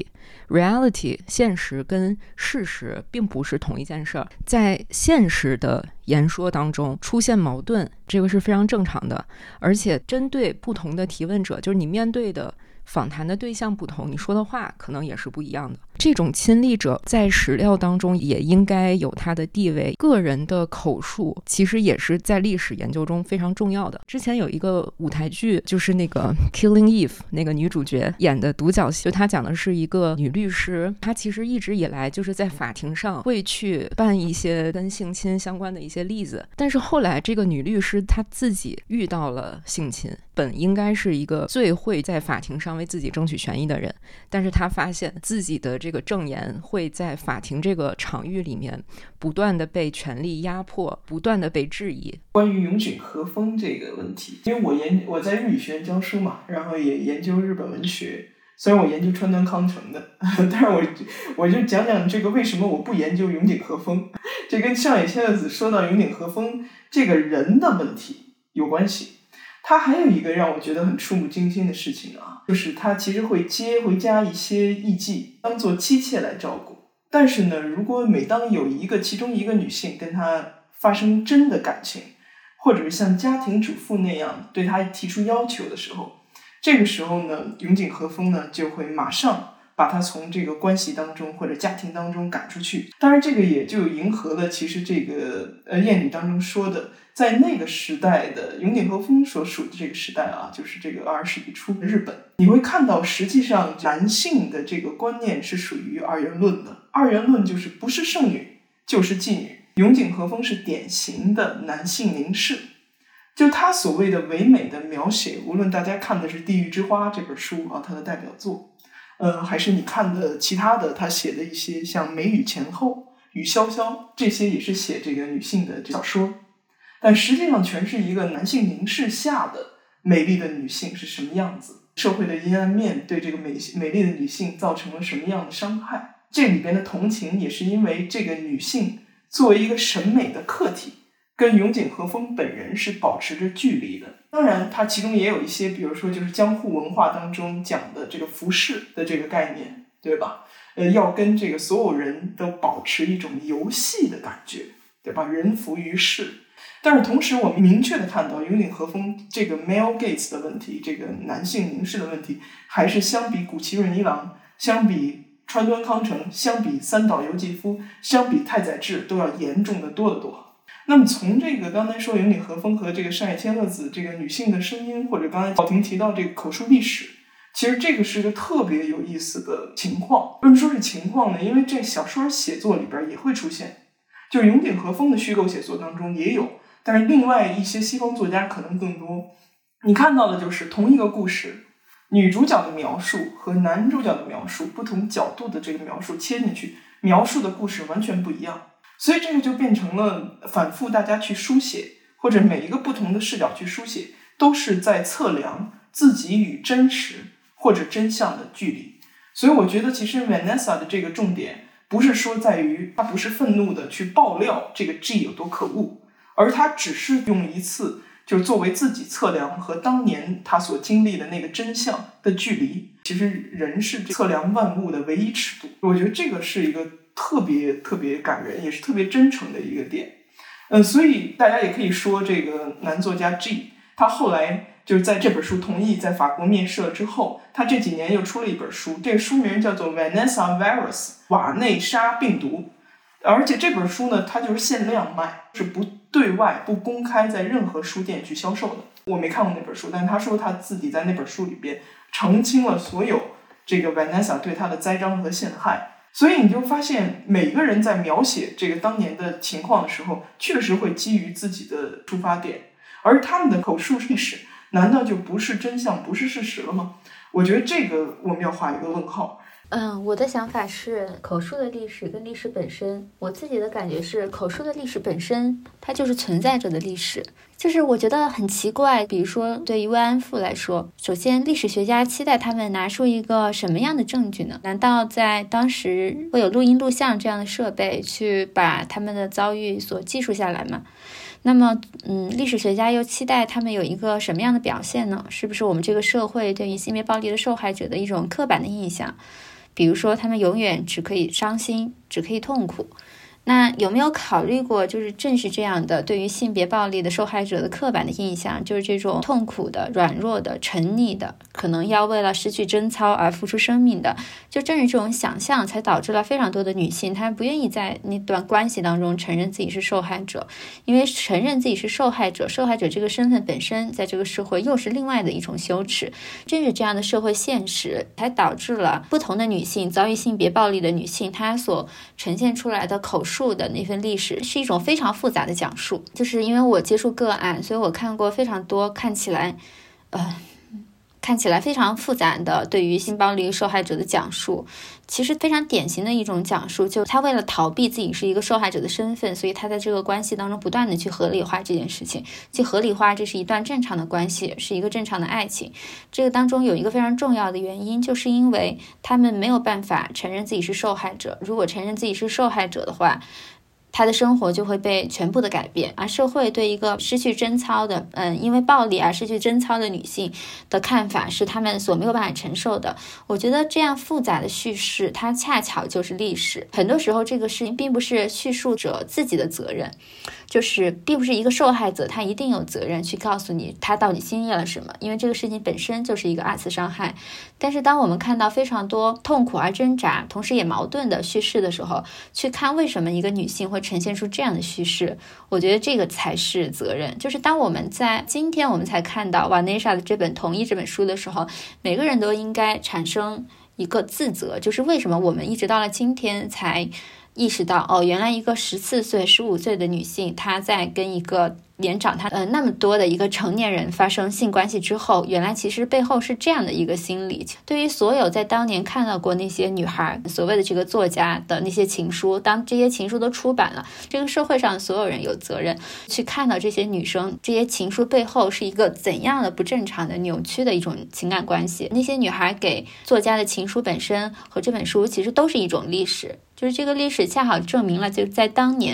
reality 现实跟事实并不是同一件事儿，在现实的言说当中出现矛盾，这个是非常正常的，而且针对不同的提问者，就是你面对的访谈的对象不同，你说的话可能也是不一样的。这种亲历者在史料当中也应该有他的地位，个人的口述其实也是在历史研究中非常重要的。之前有一个舞台剧，就是那个 Killing Eve 那个女主角演的独角戏，就她讲的是一个女律师，她其实一直以来就是在法庭上会去办一些跟性侵相关的一些例子，但是后来这个女律师她自己遇到了性侵，本应该是一个最会在法庭上为自己争取权益的人，但是她发现自己的这个证言会在法庭这个场域里面不断的被权力压迫，不断的被质疑。 关于永井和风这个问题，因为我在日语学院教书嘛，然后也研究日本文学，虽然我研究川端康成的，但是我就讲讲这个为什么我不研究永井和风。这跟上野千鹤子说到永井和风这个人的问题有关系。他还有一个让我觉得很触目惊心的事情啊，就是他其实会接回家一些艺妓当做妻妾来照顾，但是呢，如果每当有其中一个女性跟他发生真的感情，或者是像家庭主妇那样对他提出要求的时候，这个时候呢，永井和风呢就会马上把他从这个关系当中或者家庭当中赶出去。当然这个也就迎合了其实这个谚语当中说的，在那个时代的永井和风所属的这个时代啊，就是这个20世纪初的日本，你会看到实际上男性的这个观念是属于二元论的。二元论就是不是剩女就是妓女。永井和风是典型的男性凝视，就他所谓的唯美的描写，无论大家看的是《地狱之花》这本书啊，他的代表作，还是你看的其他的他写的一些像《梅雨前后》《雨潇潇》，这些也是写这个女性的小说，但实际上全是一个男性凝视下的美丽的女性是什么样子，社会的阴暗面对这个美丽的女性造成了什么样的伤害。这里边的同情也是因为这个女性作为一个审美的客体，跟永井和风本人是保持着距离的。 当然它其中也有一些，比如说就是江户文化当中讲的这个服饰的这个概念，对吧？要跟这个所有人都保持一种游戏的感觉，对吧？人浮于事。但是同时我们明确的看到永井和风这个 male gaze 的问题，这个男性凝视的问题，还是相比谷崎润一郎，相比川端康成，相比三岛由纪夫，相比太宰治都要严重的多得多。那么从这个刚才说永井和风和这个上野千鹤子这个女性的声音，或者刚才宝婷提到这个口述历史，其实这个是一个特别有意思的情况。为什么说是情况呢？因为这小说写作里边也会出现，就是永井和风的虚构写作当中也有，但是另外一些西方作家可能更多。你看到的就是同一个故事，女主角的描述和男主角的描述，不同角度的这个描述切进去，描述的故事完全不一样。所以这个就变成了反复大家去书写，或者每一个不同的视角去书写，都是在测量自己与真实或者真相的距离。所以我觉得其实 Vanessa 的这个重点不是说在于她不是愤怒的去爆料这个 G 有多可恶，而她只是用一次就是作为自己测量和当年她所经历的那个真相的距离。其实人是测量万物的唯一尺度，我觉得这个是一个特别感人，也是特别真诚的一个点。所以大家也可以说这个男作家 G 他后来就是在这本书同意在法国面世了之后，他这几年又出了一本书，这个书名叫做 Vanessa Virus 瓦内莎病毒，而且这本书呢它就是限量卖，是不对外不公开在任何书店去销售的。我没看过那本书，但他说他自己在那本书里边澄清了所有这个 Vanessa 对他的栽赃和陷害。所以你就发现每个人在描写这个当年的情况的时候，确实会基于自己的出发点，而他们的口述历史难道就不是真相，不是事实了吗？我觉得这个我们要画一个问号。 我的想法是口述的历史跟历史本身，我自己的感觉是口述的历史本身它就是存在着的历史。就是我觉得很奇怪，比如说对于慰安妇来说，首先历史学家期待他们拿出一个什么样的证据呢？难道在当时会有录音录像这样的设备去把他们的遭遇所记述下来吗？那么历史学家又期待他们有一个什么样的表现呢？是不是我们这个社会对于性别暴力的受害者的一种刻板的印象？比如说他们永远只可以伤心，只可以痛苦。那有没有考虑过，就是正是这样的对于性别暴力的受害者的刻板的印象，就是这种痛苦的、软弱的、沉溺的，可能要为了失去贞操而付出生命的，就正是这种想象才导致了非常多的女性她不愿意在那段关系当中承认自己是受害者，因为承认自己是受害者，受害者这个身份本身在这个社会又是另外的一种羞耻。正是这样的社会现实才导致了不同的女性遭遇性别暴力的女性，她所呈现出来的口述的那份历史是一种非常复杂的讲述。就是因为我接触个案，所以我看过非常多看起来非常复杂的对于性暴力受害者的讲述。其实非常典型的一种讲述，就他为了逃避自己是一个受害者的身份，所以他在这个关系当中不断的去合理化这件事情，去合理化这是一段正常的关系，是一个正常的爱情。这个当中有一个非常重要的原因，就是因为他们没有办法承认自己是受害者。如果承认自己是受害者的话，他的生活就会被全部的改变，而社会对一个失去贞操的因为暴力而失去贞操的女性的看法是他们所没有办法承受的。我觉得这样复杂的叙事它恰巧就是历史。很多时候这个事情并不是叙述者自己的责任，就是并不是一个受害者他一定有责任去告诉你他到底经历了什么，因为这个事情本身就是一个二次伤害。但是当我们看到非常多痛苦而挣扎同时也矛盾的叙事的时候，去看为什么一个女性会呈现出这样的叙事，我觉得这个才是责任。就是当我们在今天我们才看到瓦内莎的这本同意这本书的时候，每个人都应该产生一个自责，就是为什么我们一直到了今天才意识到，原来一个14岁、15岁的女性，她在跟一个年长她那么多的一个成年人发生性关系之后，原来其实背后是这样的一个心理。对于所有在当年看到过那些女孩所谓的这个作家的那些情书，当这些情书都出版了，这个社会上所有人有责任去看到这些女生这些情书背后是一个怎样的不正常的扭曲的一种情感关系。那些女孩给作家的情书本身和这本书其实都是一种历史，就是这个历史恰好证明了就在当年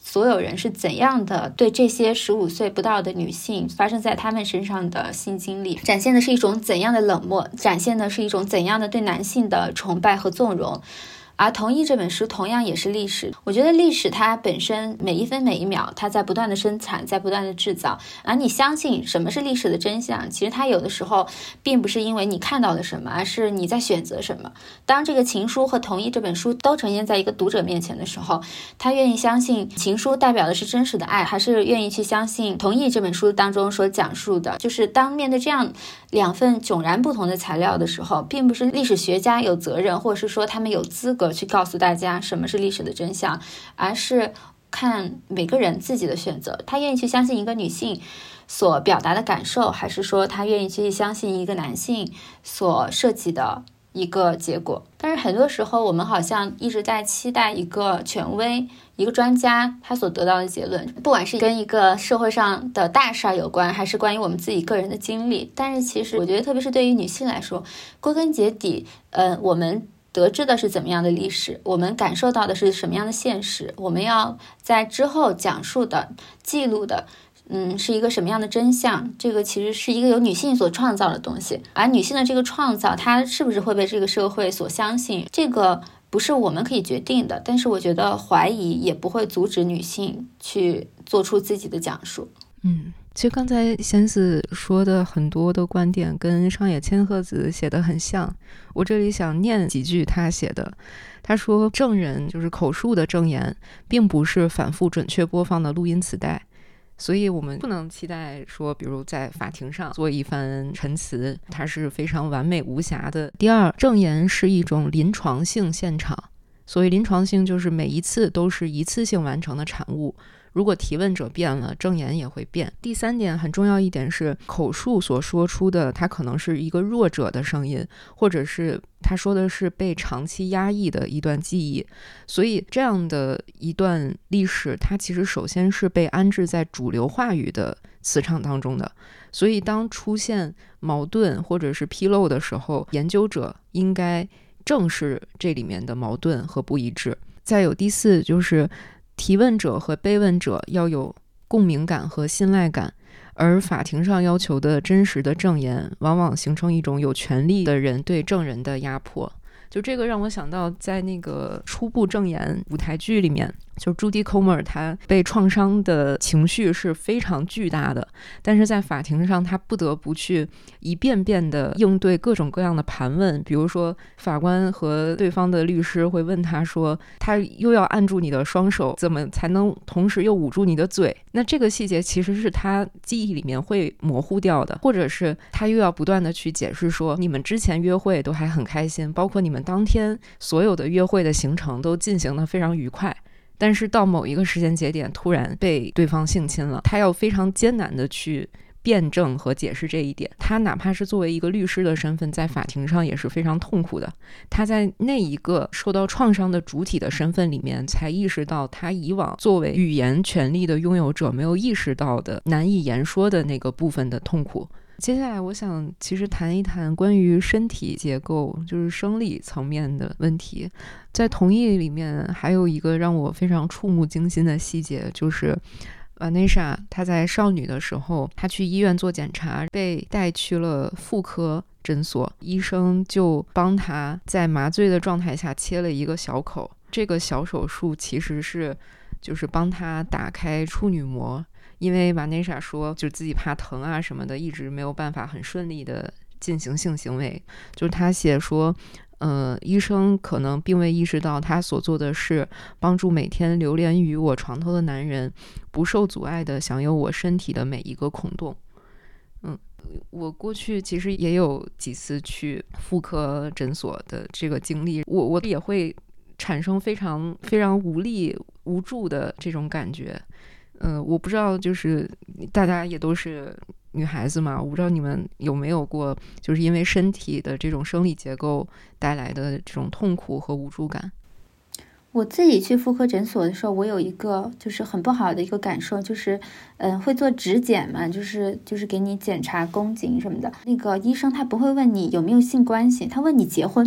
所有人是怎样的对这些15岁不到的女性发生在她们身上的性经历，展现的是一种怎样的冷漠，展现的是一种怎样的对男性的崇拜和纵容。而同意这本书同样也是历史，我觉得历史它本身每一分每一秒它在不断的生产，在不断的制造，而你相信什么是历史的真相，其实它有的时候并不是因为你看到了什么，而是你在选择什么。当这个情书和同意这本书都呈现在一个读者面前的时候，他愿意相信情书代表的是真实的爱，还是愿意去相信同意这本书当中所讲述的，就是当面对这样两份迥然不同的材料的时候，并不是历史学家有责任，或者是说他们有资格去告诉大家什么是历史的真相，而是看每个人自己的选择，他愿意去相信一个女性所表达的感受，还是说他愿意去相信一个男性所设计的一个结果。但是很多时候我们好像一直在期待一个权威，一个专家他所得到的结论，不管是跟一个社会上的大事有关，还是关于我们自己个人的经历。但是其实我觉得特别是对于女性来说，归根结底我们得知的是怎么样的历史，我们感受到的是什么样的现实，我们要在之后讲述的记录的是一个什么样的真相，这个其实是一个由女性所创造的东西。而女性的这个创造，它是不是会被这个社会所相信，这个不是我们可以决定的。但是我觉得怀疑也不会阻止女性去做出自己的讲述。 其实刚才贤子说的很多的观点跟上野千鹤子写的很像，我这里想念几句他写的。他说，证人就是口述的证言，并不是反复准确播放的录音磁带，所以我们不能期待说比如在法庭上做一番陈词它是非常完美无瑕的。第二，证言是一种临床性现场，所谓临床性就是每一次都是一次性完成的产物，如果提问者变了，证言也会变。第三点很重要一点是，口述所说出的它可能是一个弱者的声音，或者是他说的是被长期压抑的一段记忆，所以这样的一段历史它其实首先是被安置在主流话语的磁场当中的，所以当出现矛盾或者是纰漏的时候，研究者应该正视这里面的矛盾和不一致。再有第四，就是提问者和被问者要有共鸣感和信赖感，而法庭上要求的真实的证言往往形成一种有权利的人对证人的压迫。就这个让我想到在那个初步证言舞台剧里面，就朱迪·科莫尔他被创伤的情绪是非常巨大的，但是在法庭上他不得不去一遍遍的应对各种各样的盘问，比如说法官和对方的律师会问他说，他又要按住你的双手，怎么才能同时又捂住你的嘴？那这个细节其实是他记忆里面会模糊掉的，或者是他又要不断的去解释说，你们之前约会都还很开心，包括你们当天所有的约会的行程都进行得非常愉快，但是到某一个时间节点突然被对方性侵了，他要非常艰难的去辩证和解释这一点。他哪怕是作为一个律师的身份，在法庭上也是非常痛苦的。他在那一个受到创伤的主体的身份里面，才意识到他以往作为语言权利的拥有者没有意识到的难以言说的那个部分的痛苦。接下来我想其实谈一谈关于身体结构，就是生理层面的问题。在同意里面还有一个让我非常触目惊心的细节，就是Vanessa 她在少女的时候，她去医院做检查，被带去了妇科诊所，医生就帮她在麻醉的状态下切了一个小口。这个小手术其实是就是帮她打开处女膜，因为Vanessa说就自己怕疼啊什么的，一直没有办法很顺利的进行性行为。就是她写说医生可能并未意识到他所做的是帮助每天流连于我床头的男人不受阻碍地享有我身体的每一个孔洞。我过去其实也有几次去妇科诊所的这个经历，我也会产生非常非常无力无助的这种感觉。我不知道就是大家也都是女孩子嘛，我不知道你们有没有过就是因为身体的这种生理结构带来的这种痛苦和无助感。 我自己去妇科诊所的时候，我有一个就是很不好的一个感受，就是会做指检嘛，就是给你检查宫颈什么的，那个医生他不会问你有没有性关系，他问你结婚没。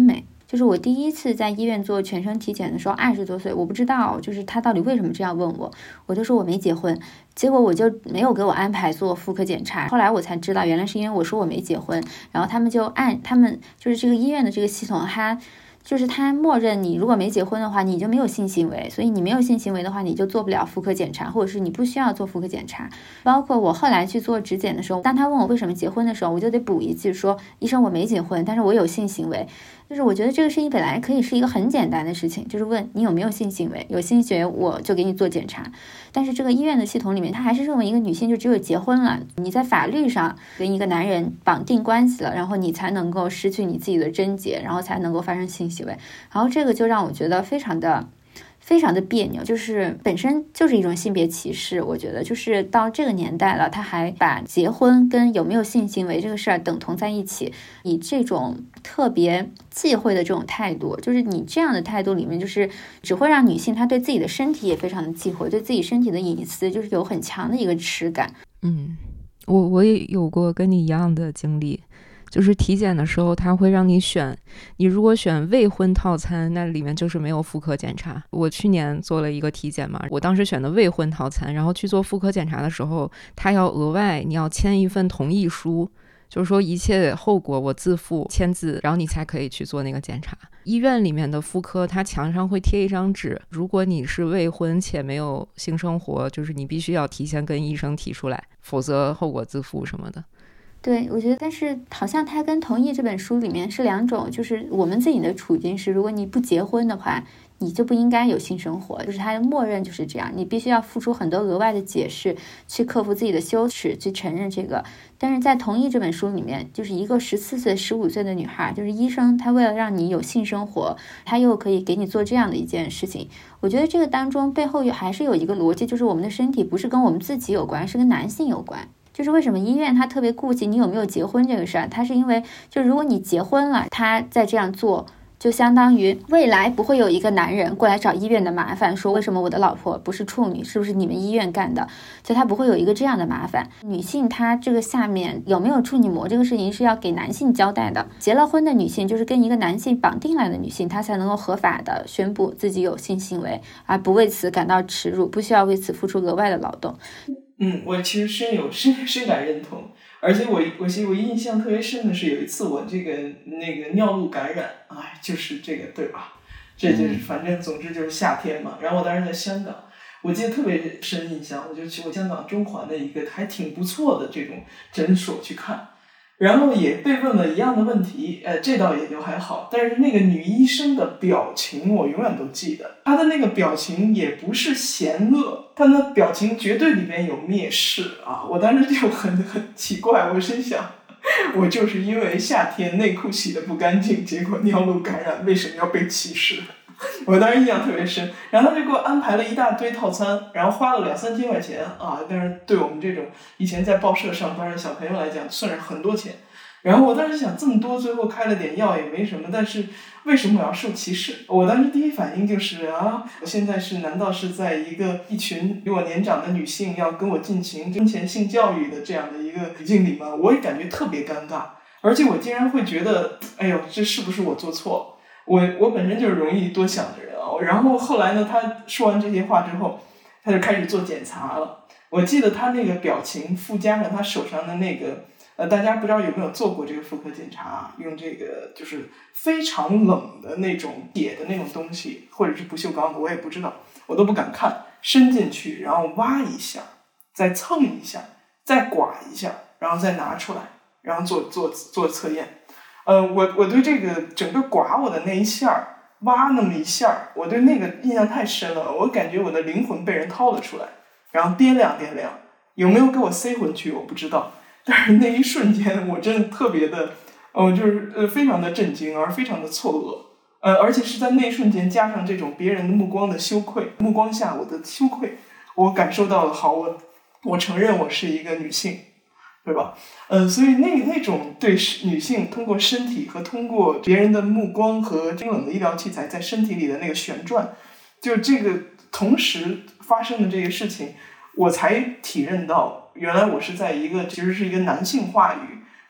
就是我第一次在医院做全身体检的时候，20多岁，我不知道就是他到底为什么这样问我，我就说我没结婚，结果我就没有给我安排做妇科检查。后来我才知道，原来是因为我说我没结婚，然后他们就是这个医院的这个系统，他默认你如果没结婚的话，你就没有性行为，所以你没有性行为的话，你就做不了妇科检查，或者是你不需要做妇科检查。包括我后来去做指检的时候，当他问我为什么结婚的时候，我就得补一句说，医生我没结婚，但是我有性行为。就是我觉得这个事情本来可以是一个很简单的事情，就是问你有没有性行为，有性行为我就给你做检查。但是这个医院的系统里面，他还是认为一个女性就只有结婚了，你在法律上跟一个男人绑定关系了，然后你才能够失去你自己的贞洁，然后才能够发生性行为。然后这个就让我觉得非常的别扭，就是本身就是一种性别歧视。我觉得就是到这个年代了，他还把结婚跟有没有性行为这个事儿等同在一起，以这种特别忌讳的这种态度，就是你这样的态度里面，就是只会让女性她对自己的身体也非常的忌讳，对自己身体的隐私就是有很强的一个耻感。 我也有过跟你一样的经历，就是体检的时候他会让你选，你如果选未婚套餐，那里面就是没有妇科检查。我去年做了一个体检嘛，我当时选的未婚套餐，然后去做妇科检查的时候，他要额外你要签一份同意书，就是说一切后果我自负，签字，然后你才可以去做那个检查。医院里面的妇科它墙上会贴一张纸，如果你是未婚且没有性生活，就是你必须要提前跟医生提出来，否则后果自负什么的。 对，我觉得，但是好像它跟《同意》这本书里面是两种，就是我们自己的处境是，如果你不结婚的话，你就不应该有性生活，就是它的默认就是这样，你必须要付出很多额外的解释，去克服自己的羞耻，去承认这个。但是在《同意》这本书里面，就是一个14岁、15岁的女孩，就是医生，他为了让你有性生活，他又可以给你做这样的一件事情。我觉得这个当中背后还是有一个逻辑，就是我们的身体不是跟我们自己有关，是跟男性有关。就是为什么医院他特别顾及你有没有结婚这个事儿，他是因为就如果你结婚了，他再这样做，就相当于未来不会有一个男人过来找医院的麻烦，说为什么我的老婆不是处女，是不是你们医院干的，就他不会有一个这样的麻烦。女性她这个下面有没有处女膜这个事情是要给男性交代的，结了婚的女性就是跟一个男性绑定来的女性，她才能够合法的宣布自己有性行为，而不为此感到耻辱，不需要为此付出额外的劳动。 我其实深感认同，而且我印象特别深的是有一次我那个尿路感染，就是这个对吧？这就是反正总之就是夏天嘛。然后我当时在香港，我记得特别深印象，我就去我香港中环的一个还挺不错的这种诊所去看，然后也被问了一样的问题，这倒也就还好，但是那个女医生的表情我永远都记得，她的那个表情也不是嫌恶，她的表情绝对里面有蔑视啊！我当时就很奇怪，我心想，我就是因为夏天内裤洗得不干净，结果尿路感染，为什么要被歧视？我当时印象特别深，然后他就给我安排了一大堆套餐，然后花了2-3千块钱啊！但是对我们这种以前在报社上班的小朋友来讲，算是很多钱。然后我当时想，这么多，最后开了点药也没什么，但是为什么我要受歧视？我当时第一反应就是我现在难道是在一群比我年长的女性要跟我进行婚前性教育的这样的一个语境里吗？我也感觉特别尴尬，而且我竟然会觉得，哎呦，这是不是我做错了？我本身就是容易多想的人啊。然后后来呢，他说完这些话之后，他就开始做检查了。我记得他那个表情附加上他手上的那个大家不知道有没有做过这个妇科检查，用这个就是非常冷的那种铁的那种东西，或者是不锈钢的，我也不知道，我都不敢看，伸进去然后挖一下，再蹭一下，再刮一下，然后再拿出来，然后做测验。我对这个整个刮我的那一下，挖那么一下，我对那个印象太深了，我感觉我的灵魂被人掏了出来，然后掂量，有没有给我塞回去我不知道，但是那一瞬间我真的特别的就是非常的震惊，而非常的错愕，而且是在那一瞬间加上这种别人的目光的羞愧，目光下我的羞愧，我感受到了，好，我承认我是一个女性，对吧？所以那种对女性通过身体和通过别人的目光和冰冷的医疗器材在身体里的那个旋转，就这个同时发生的这个事情，我才体认到原来我是在其实是一个男性话语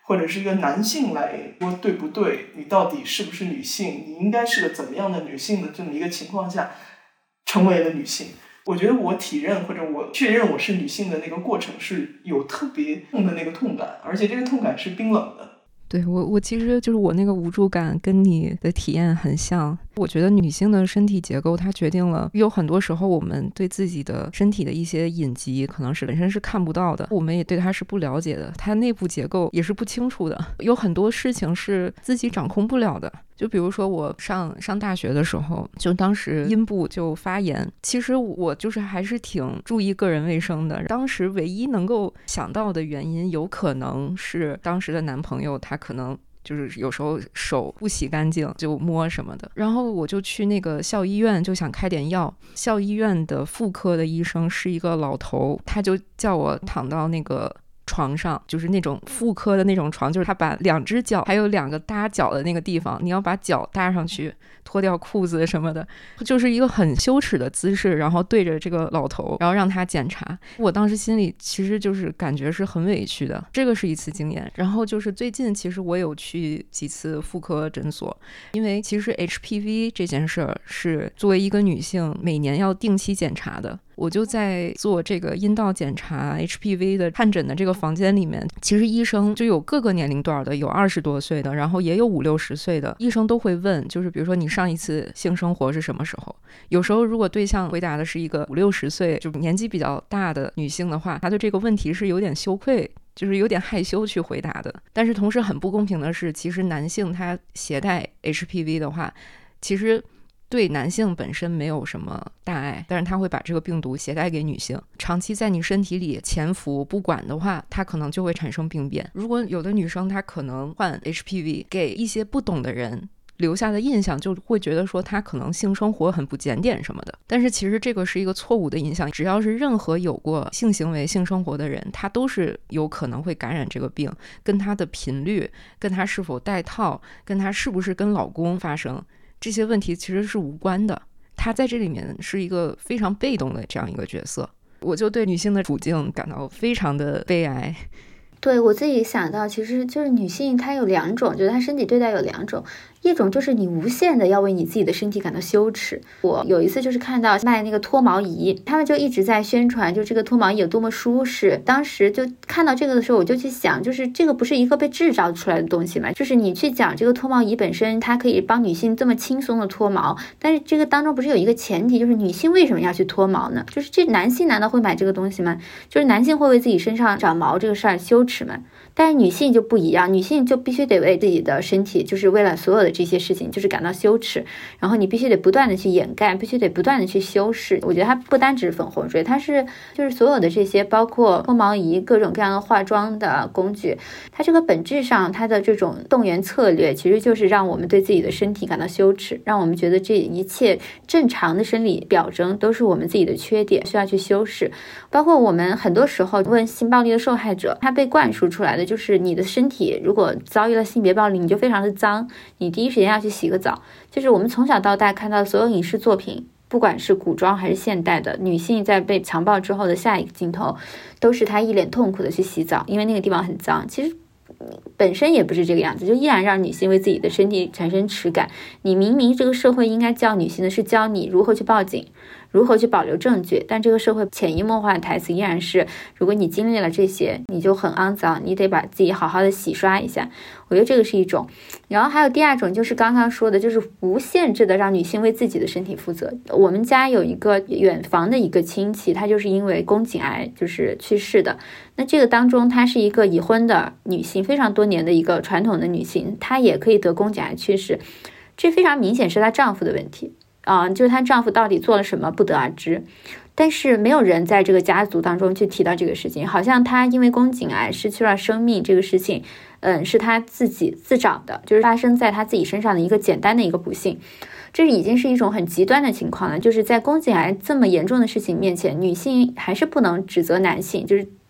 或者是一个男性来说对不对，你到底是不是女性，你应该是个怎么样的女性的这么一个情况下成为了女性。我觉得我体认或者我确认我是女性的那个过程是有特别痛的那个痛感，而且这个痛感是冰冷的。 对，我其实就是我那个无助感跟你的体验很像。我觉得女性的身体结构它决定了有很多时候我们对自己的身体的一些隐疾可能是本身是看不到的，我们也对它是不了解的，它内部结构也是不清楚的，有很多事情是自己掌控不了的。就比如说我上大学的时候，就当时阴部就发炎，其实我就是还是挺注意个人卫生的，当时唯一能够想到的原因有可能是当时的男朋友他可能就是有时候手不洗干净就摸什么的，然后我就去那个校医院就想开点药，校医院的妇科的医生是一个老头，他就叫我躺到那个床上，就是那种妇科的那种床，就是他把2只脚还有2个搭脚的那个地方，你要把脚搭上去，脱掉裤子什么的，就是一个很羞耻的姿势，然后对着这个老头，然后让他检查。我当时心里其实就是感觉是很委屈的，这个是一次经验。然后就是最近其实我有去几次妇科诊所，因为其实 HPV 这件事儿是作为一个女性每年要定期检查的。我就在做这个阴道检查 HPV 的看诊的这个房间里面，其实医生就有各个年龄段的，有20多岁的，然后也有50、60岁的，医生都会问，就是比如说你上一次性生活是什么时候。有时候如果对象回答的是一个50、60岁就年纪比较大的女性的话，她对这个问题是有点羞愧，就是有点害羞去回答的。但是同时很不公平的是，其实男性他携带 HPV 的话，其实对男性本身没有什么大碍，但是他会把这个病毒携带给女性，长期在你身体里潜伏不管的话，它可能就会产生病变。如果有的女生她可能患 HPV， 给一些不懂的人留下的印象就会觉得说她可能性生活很不检点什么的，但是其实这个是一个错误的印象，只要是任何有过性行为性生活的人，他都是有可能会感染这个病，跟他的频率，跟他是否戴套，跟他是不是跟老公发生这些问题其实是无关的，她在这里面是一个非常被动的这样一个角色。我就对女性的处境感到非常的悲哀。 对，我自己想到其实就是女性她有2种，就是她身体对待有2种，一种就是你无限的要为你自己的身体感到羞耻。我有一次就是看到卖那个脱毛仪，他们就一直在宣传就这个脱毛仪有多么舒适，当时就看到这个的时候我就去想，就是这个不是一个被制造出来的东西嘛，就是你去讲这个脱毛仪本身它可以帮女性这么轻松的脱毛，但是这个当中不是有一个前提，就是女性为什么要去脱毛呢？就是这男性难道会买这个东西吗？就是男性会为自己身上长毛这个事儿羞耻吗？但是女性就不一样，女性就必须得为自己的身体，就是为了所有的这些事情就是感到羞耻，然后你必须得不断的去掩盖，必须得不断的去修饰。我觉得它不单只是粉红水，它是就是所有的这些包括脱毛仪各种各样的化妆的工具，它这个本质上它的这种动员策略其实就是让我们对自己的身体感到羞耻，让我们觉得这一切正常的生理表征都是我们自己的缺点，需要去修饰。包括我们很多时候问性暴力的受害者，他被灌输出来的就是你的身体如果遭遇了性别暴力你就非常的脏，你第一时间要去洗个澡。就是我们从小到大看到所有影视作品，不管是古装还是现代的，女性在被强暴之后的下一个镜头都是她一脸痛苦的去洗澡，因为那个地方很脏。其实本身也不是这个样子，就依然让女性为自己的身体产生耻感。你明明这个社会应该教女性的是教你如何去报警，如何去保留证据，但这个社会潜移默化的台词依然是，如果你经历了这些你就很肮脏，你得把自己好好的洗刷一下。我觉得这个是一种。然后还有第2种，就是刚刚说的，就是无限制的让女性为自己的身体负责。我们家有一个远房的一个亲戚，他就是因为宫颈癌就是去世的。那这个当中她是一个已婚的女性，非常多年的一个传统的女性，她也可以得宫颈癌去世，这非常明显是她丈夫的问题就是她丈夫到底做了什么不得而知，但是没有人在这个家族当中去提到这个事情，好像她因为宫颈癌失去了生命这个事情是她自己自找的，就是发生在她自己身上的一个简单的一个不幸。这已经是一种很极端的情况了，就是在宫颈癌这么严重的事情面前，女性还是不能指责男性，就是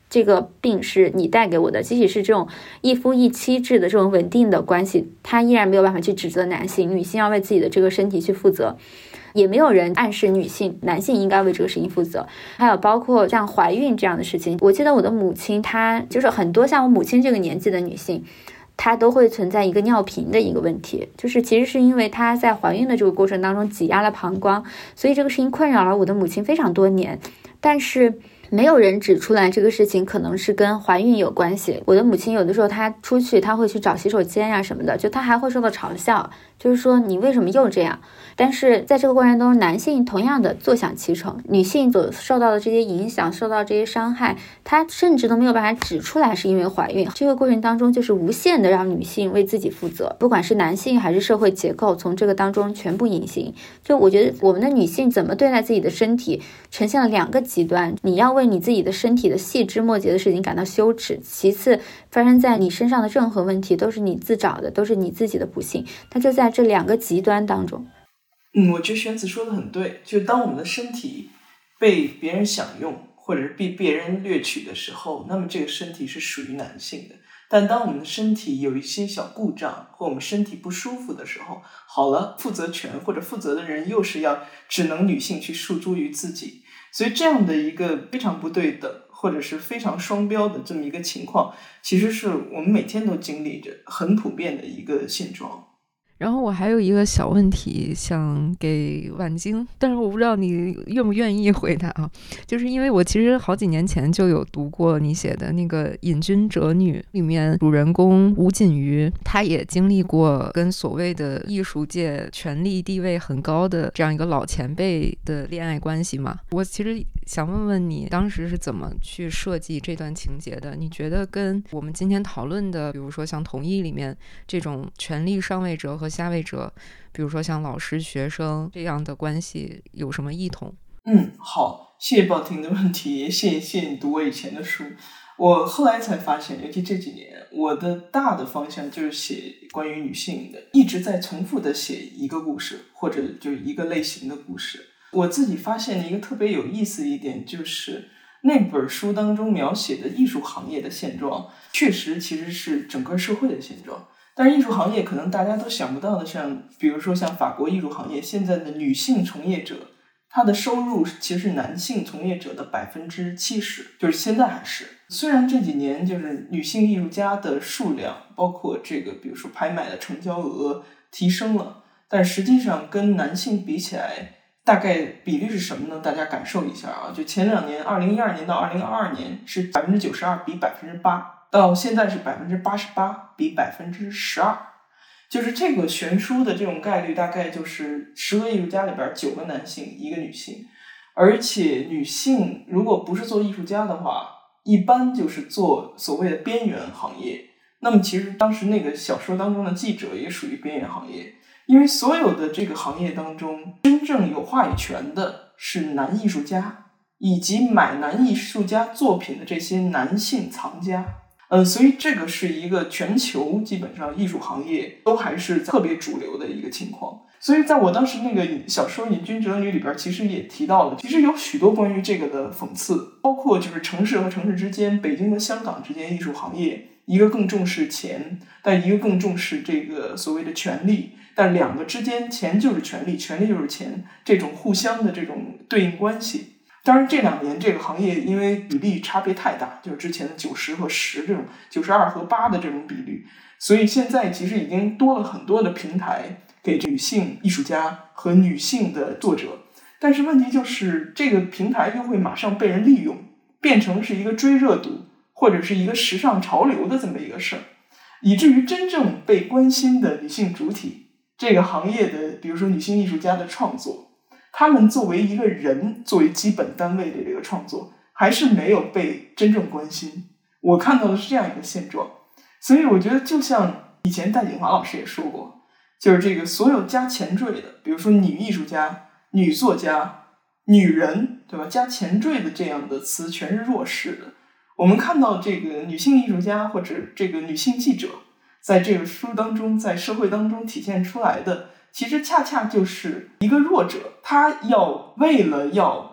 这个病是你带给我的，即使是这种一夫一妻制的这种稳定的关系，他依然没有办法去指责男性，女性要为自己的这个身体去负责，也没有人暗示男性应该为这个事情负责。还有包括像怀孕这样的事情，我记得我的母亲，她就是很多像我母亲这个年纪的女性，她都会存在一个尿频的一个问题，就是其实是因为她在怀孕的这个过程当中挤压了膀胱，所以这个事情困扰了我的母亲非常多年，但是没有人指出来这个事情可能是跟怀孕有关系。我的母亲有的时候她出去，她会去找洗手间呀什么的，就她还会受到嘲笑，就是说你为什么又这样。但是在这个过程中，男性同样的坐享其成，女性所受到的这些影响，受到这些伤害，她甚至都没有办法指出来是因为怀孕。这个过程当中就是无限的让女性为自己负责，不管是男性还是社会结构，从这个当中全部隐形。就我觉得我们的女性怎么对待自己的身体，呈现了两个极端，你要为你自己的身体的细枝末节的事情感到羞耻，其次发生在你身上的任何问题都是你自找的，都是你自己的不幸。它就在这两个极端当中。 我觉得玄子说的很对，就当我们的身体被别人享用或者是被别人掠取的时候，那么这个身体是属于男性的。但当我们的身体有一些小故障或我们身体不舒服的时候，好了，负责权或者负责的人又是要只能女性去诉诸于自己。所以这样的一个非常不对等或者是非常双标的这么一个情况，其实是我们每天都经历着很普遍的一个现状。 然后我还有一个小问题想给婉晶，但是我不知道你愿不愿意回答啊。就是因为我其实好几年前就有读过你写的那个《瘾君折女》，里面主人公吴锦瑜，他也经历过跟所谓的艺术界权力地位很高的这样一个老前辈的恋爱关系嘛。我其实想问问你，当时是怎么去设计这段情节的？你觉得跟我们今天讨论的，比如说像同意里面这种权力上位者和下位者，比如说像老师学生这样的关系有什么异同？ 好，谢谢宝婷的问题，也谢谢你读我以前的书。我后来才发现，尤其这几年，我的大的方向就是写关于女性的，一直在重复的写一个故事，或者就一个类型的故事。我自己发现一个特别有意思一点，就是那本书当中描写的艺术行业的现状，确实其实是整个社会的现状。但是艺术行业可能大家都想不到的，比如说像法国艺术行业，现在的女性从业者，她的收入其实是男性从业者的70%，就是现在还是。虽然这几年就是女性艺术家的数量，包括这个比如说拍卖的成交额提升了，但实际上跟男性比起来，大概比例是什么呢？大家感受一下啊，就前2年，2012年到2022年是92%比8%，到现在是88%比12%，就是这个悬殊的这种概率，大概就是10个艺术家里边9个男性1个女性。而且女性如果不是做艺术家的话，一般就是做所谓的边缘行业。那么其实当时那个小说当中的记者也属于边缘行业，因为所有的这个行业当中，真正有话语权的是男艺术家以及买男艺术家作品的这些男性藏家。所以这个是一个全球基本上艺术行业都还是特别主流的一个情况。所以在我当时那个小说《瘾君折女》里边，其实也提到了，其实有许多关于这个的讽刺，包括就是城市和城市之间，北京和香港之间艺术行业，一个更重视钱，但一个更重视这个所谓的权力，但两个之间钱就是权力，权力就是钱，这种互相的这种对应关系。当然这2年这个行业因为比例差别太大，就是之前的90和10这种92和8的这种比率，所以现在其实已经多了很多的平台给女性艺术家和女性的作者。但是问题就是这个平台又会马上被人利用，变成是一个追热度或者是一个时尚潮流的这么一个事儿，以至于真正被关心的女性主体，这个行业的比如说女性艺术家的创作，他们作为一个人作为基本单位的这个创作还是没有被真正关心。我看到的是这样一个现状。所以我觉得就像以前戴锦华老师也说过，就是这个所有加前缀的，比如说女艺术家、女作家、女人，对吧？加前缀的这样的词全是弱势的。我们看到这个女性艺术家或者这个女性记者在这个书当中，在社会当中体现出来的，其实恰恰就是一个弱者，他为了要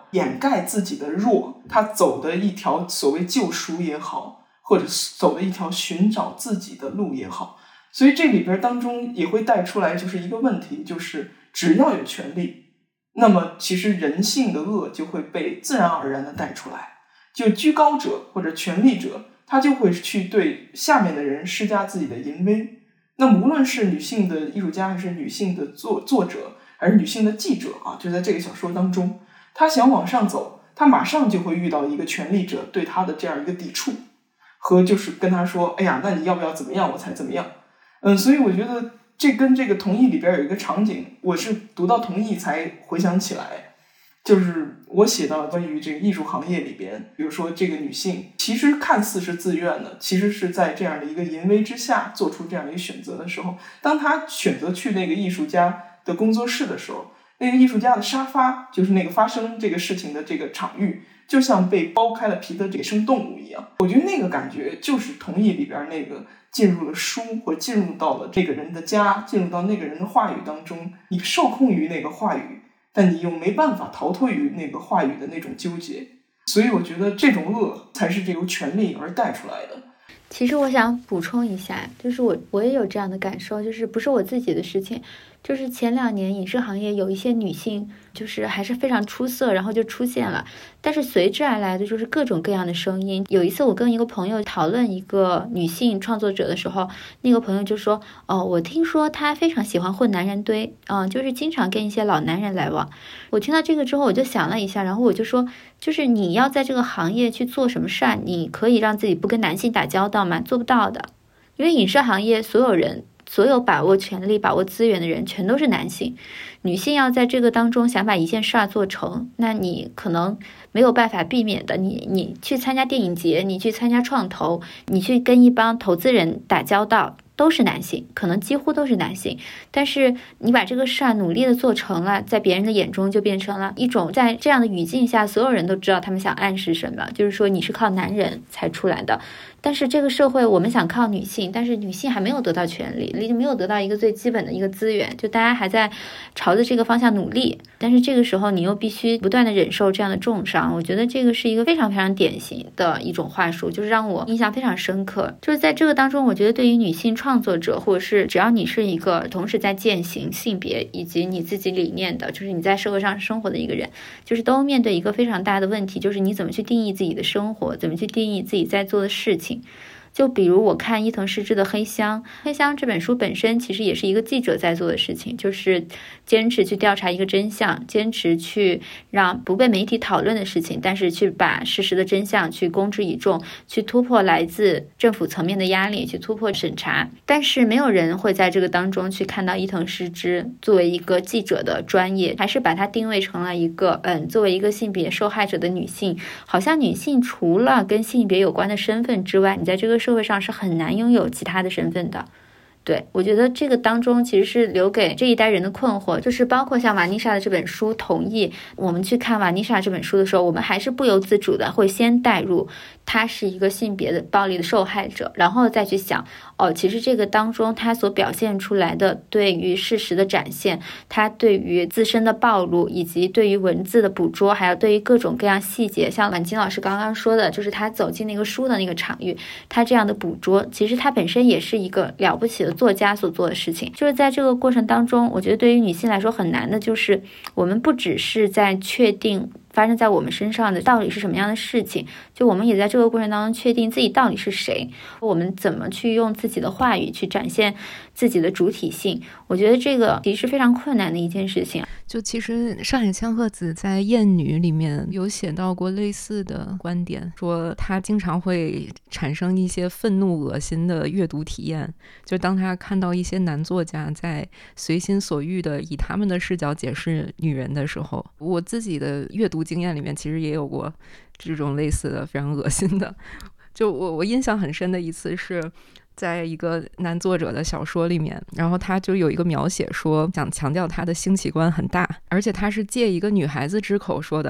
掩盖自己的弱，他走的一条所谓救赎也好，或者走的一条寻找自己的路也好。所以这里边当中也会带出来就是一个问题，就是只要有权利，那么其实人性的恶就会被自然而然的带出来。就居高者或者权力者，他就会去对下面的人施加自己的淫威。那么无论是女性的艺术家，还是女性的作者，还是女性的记者啊，就在这个小说当中，他想往上走，他马上就会遇到一个权力者对他的这样一个抵触，和就是跟他说，哎呀，那你要不要怎么样我才怎么样。所以我觉得这跟这个同意里边有一个场景，我是读到同意才回想起来，就是我写到关于这个艺术行业里边，比如说这个女性其实看似是自愿的，其实是在这样的一个淫威之下做出这样一个选择的时候，当她选择去那个艺术家的工作室的时候，那个艺术家的沙发，就是那个发生这个事情的这个场域，就像被剥开了皮的野生动物一样。我觉得那个感觉就是同意里边那个进入了书，或进入到了这个人的家，进入到那个人的话语当中，你受控于那个话语，但你又没办法逃脱于那个话语的那种纠结。所以我觉得这种恶才是由权力而带出来的。 其实我想补充一下，就是我也有这样的感受，就是不是我自己的事情，就是前2年影视行业有一些女性就是还是非常出色，然后就出现了，但是随之而来的就是各种各样的声音。有一次我跟一个朋友讨论一个女性创作者的时候，那个朋友就说，我听说她非常喜欢混男人堆，就是经常跟一些老男人来往。我听到这个之后我就想了一下，然后我就说，就是你要在这个行业去做什么事儿，你可以让自己不跟男性打交道吗？做不到的。因为影视行业所有把握权力把握资源的人全都是男性，女性要在这个当中想把一件事儿做成，那你可能没有办法避免的，你去参加电影节，你去参加创投，你去跟一帮投资人打交道，都是男性，可能几乎都是男性。但是你把这个事儿努力的做成了，在别人的眼中就变成了一种，在这样的语境下所有人都知道他们想暗示什么，就是说你是靠男人才出来的。但是这个社会我们想靠女性，但是女性还没有得到权利，没有得到一个最基本的一个资源，就大家还在朝着这个方向努力，但是这个时候你又必须不断的忍受这样的重伤。我觉得这个是一个非常非常典型的一种话术，就是让我印象非常深刻。就是在这个当中，我觉得对于女性创作者，或者是只要你是一个同时在践行性别以及你自己理念的，就是你在社会上生活的一个人，就是都面对一个非常大的问题，就是你怎么去定义自己的生活，怎么去定义自己在做的事情。就比如我看伊藤诗织的黑箱这本书本身其实也是一个记者在做的事情，就是坚持去调查一个真相，坚持去让不被媒体讨论的事情，但是去把事实的真相去公之以众，去突破来自政府层面的压力，去突破审查。但是没有人会在这个当中去看到伊藤诗织作为一个记者的专业，还是把它定位成了一个作为一个性别受害者的女性，好像女性除了跟性别有关的身份之外，你在这个社会上是很难拥有其他的身份的。对，我觉得这个当中其实是留给这一代人的困惑，就是包括像瓦妮莎的这本书同意，我们去看瓦妮莎这本书的时候，我们还是不由自主的会先带入她是一个性别的暴力的受害者，然后再去想其实这个当中她所表现出来的对于事实的展现，她对于自身的暴露，以及对于文字的捕捉，还有对于各种各样细节，像婉晶老师刚刚说的，就是她走进那个书的那个场域，她这样的捕捉，其实她本身也是一个了不起的作家所做的事情。就是在这个过程当中，我觉得对于女性来说很难的就是我们不只是在确定发生在我们身上的到底是什么样的事情，就我们也在这个过程当中确定自己到底是谁，我们怎么去用自己的话语去展现自己的主体性。我觉得这个其实是非常困难的一件事情。 就其实上野千鹤子在《厌女》里面有写到过类似的观点，说她经常会产生一些愤怒恶心的阅读体验，就当她看到一些男作家在随心所欲的以他们的视角解释女人的时候，我自己的阅读经验里面其实也有过这种类似的非常恶心的。就我印象很深的一次是在一个男作者的小说里面，然后他就有一个描写说想强调他的性器官很大，而且他是借一个女孩子之口说的，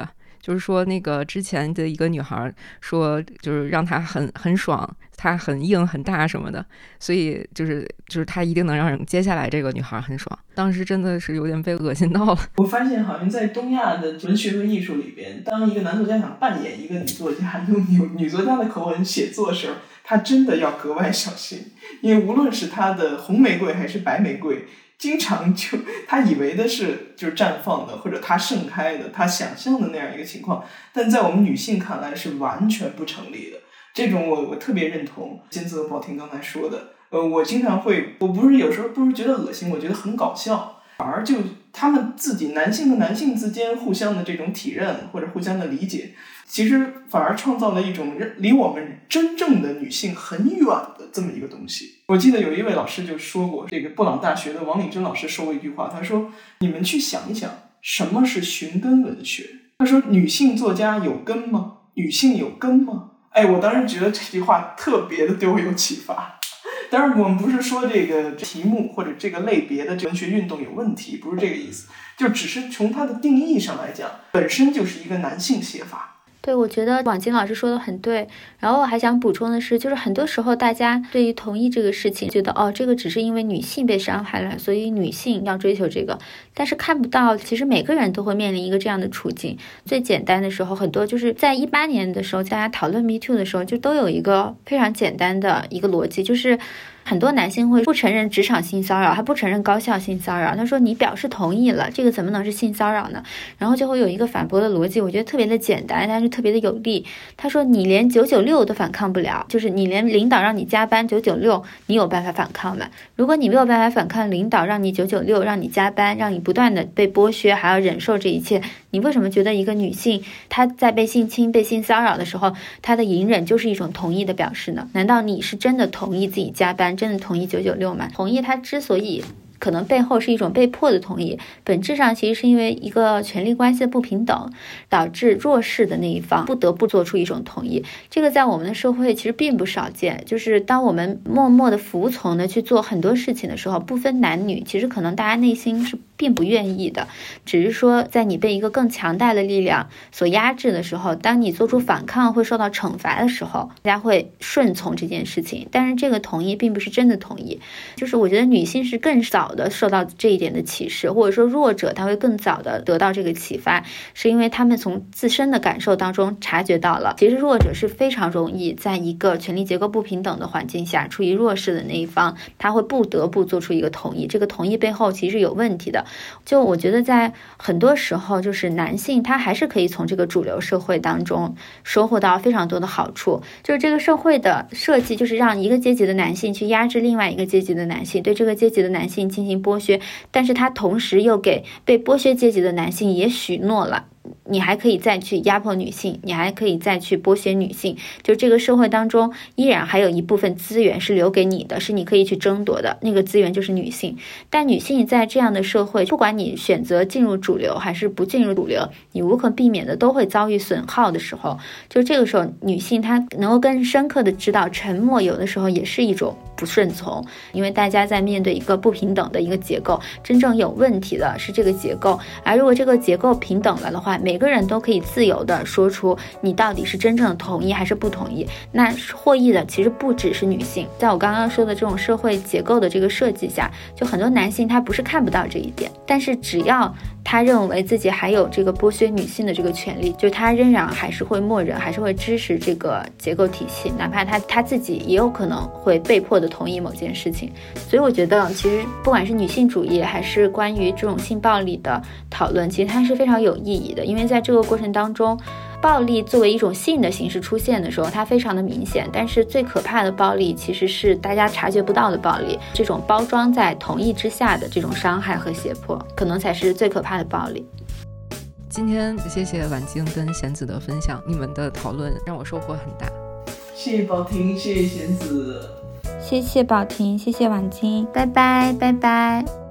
就是说那个之前的一个女孩说，就是让她很爽，她很硬很大什么的，所以就是她一定能让人接下来这个女孩很爽。当时真的是有点被恶心到了。 我发现好像在东亚的文学和艺术里边，当一个男作家想扮演一个女作家，用女作家的口吻写作的时候，他真的要格外小心，因为无论是他的红玫瑰还是白玫瑰，经常就他以为的是就是绽放的，或者他盛开的，他想象的那样一个情况，但在我们女性看来是完全不成立的。这种我特别认同仙子和宝婷刚才说的。我经常会，我不是有时候不是觉得恶心，我觉得很搞笑，反而就他们自己男性和男性之间互相的这种体认或者互相的理解，其实反而创造了一种离我们真正的女性很远的这么一个东西。我记得有一位老师就说过，这个布朗大学的王领珍老师说过一句话，他说你们去想一想什么是寻根文学。他说女性作家有根吗？女性有根吗？我当时觉得这句话特别的对我有启发。当然我们不是说这个题目或者这个类别的文学运动有问题，不是这个意思，就只是从它的定义上来讲，本身就是一个男性写法。 对，我觉得网金老师说的很对。然后我还想补充的是，就是很多时候大家对于同意这个事情觉得这个只是因为女性被伤害了，所以女性要追求这个，但是看不到其实每个人都会面临一个这样的处境。最简单的时候，很多就是在18年的时候大家讨论 Me Too 的时候，就都有一个非常简单的一个逻辑，就是很多男性会不承认职场性骚扰，还不承认高校性骚扰，他说你表示同意了，这个怎么能是性骚扰呢？然后就会有一个反驳的逻辑，我觉得特别的简单，但是特别的有力。他说你连996都反抗不了，就是你连领导让你加班996你有办法反抗吗？如果你没有办法反抗领导让你996，让你加班，让你不断的被剥削，还要忍受这一切，你为什么觉得一个女性她在被性侵被性骚扰的时候，她的隐忍就是一种同意的表示呢？难道你是真的同意自己加班，真的同意996吗？同意它之所以可能背后是一种被迫的同意，本质上其实是因为一个权力关系的不平等，导致弱势的那一方不得不做出一种同意。这个在我们的社会其实并不少见，就是当我们默默的服从的去做很多事情的时候，不分男女，其实可能大家内心是并不愿意的，只是说在你被一个更强大的力量所压制的时候，当你做出反抗会受到惩罚的时候，大家会顺从这件事情。但是这个同意并不是真的同意，就是我觉得女性是更早的受到这一点的启示，或者说弱者他会更早的得到这个启发，是因为他们从自身的感受当中察觉到了，其实弱者是非常容易在一个权力结构不平等的环境下，处于弱势的那一方，他会不得不做出一个同意，这个同意背后其实是有问题的。就我觉得在很多时候，就是男性他还是可以从这个主流社会当中收获到非常多的好处，就是这个社会的设计就是让一个阶级的男性去压制另外一个阶级的男性，对这个阶级的男性进行剥削，但是他同时又给被剥削阶级的男性也许诺了你还可以再去压迫女性，你还可以再去剥削女性，就这个社会当中依然还有一部分资源是留给你的，是你可以去争夺的，那个资源就是女性。但女性在这样的社会，不管你选择进入主流还是不进入主流，你无可避免的都会遭遇损耗的时候，就这个时候女性她能够更深刻的知道沉默有的时候也是一种不顺从，因为大家在面对一个不平等的一个结构，真正有问题的是这个结构，而如果这个结构平等了的话，每个人都可以自由的说出你到底是真正的同意还是不同意，那获益的其实不只是女性。在我刚刚说的这种社会结构的这个设计下，就很多男性他不是看不到这一点，但是只要他认为自己还有这个剥削女性的这个权利，就他仍然还是会默认，还是会支持这个结构体系，哪怕他自己也有可能会被迫的同意某件事情。所以我觉得其实不管是女性主义还是关于这种性暴力的讨论，其实它是非常有意义的，因为在这个过程当中，暴力作为一种性的形式出现的时候，它非常的明显，但是最可怕的暴力其实是大家察觉不到的暴力，这种包装在同意之下的这种伤害和胁迫，可能才是最可怕的暴力。 今天谢谢婉晶跟贤子的分享，你们的讨论让我收获很大。 谢谢宝婷，谢谢贤子， 谢谢宝婷，谢谢婉晶，拜拜拜拜。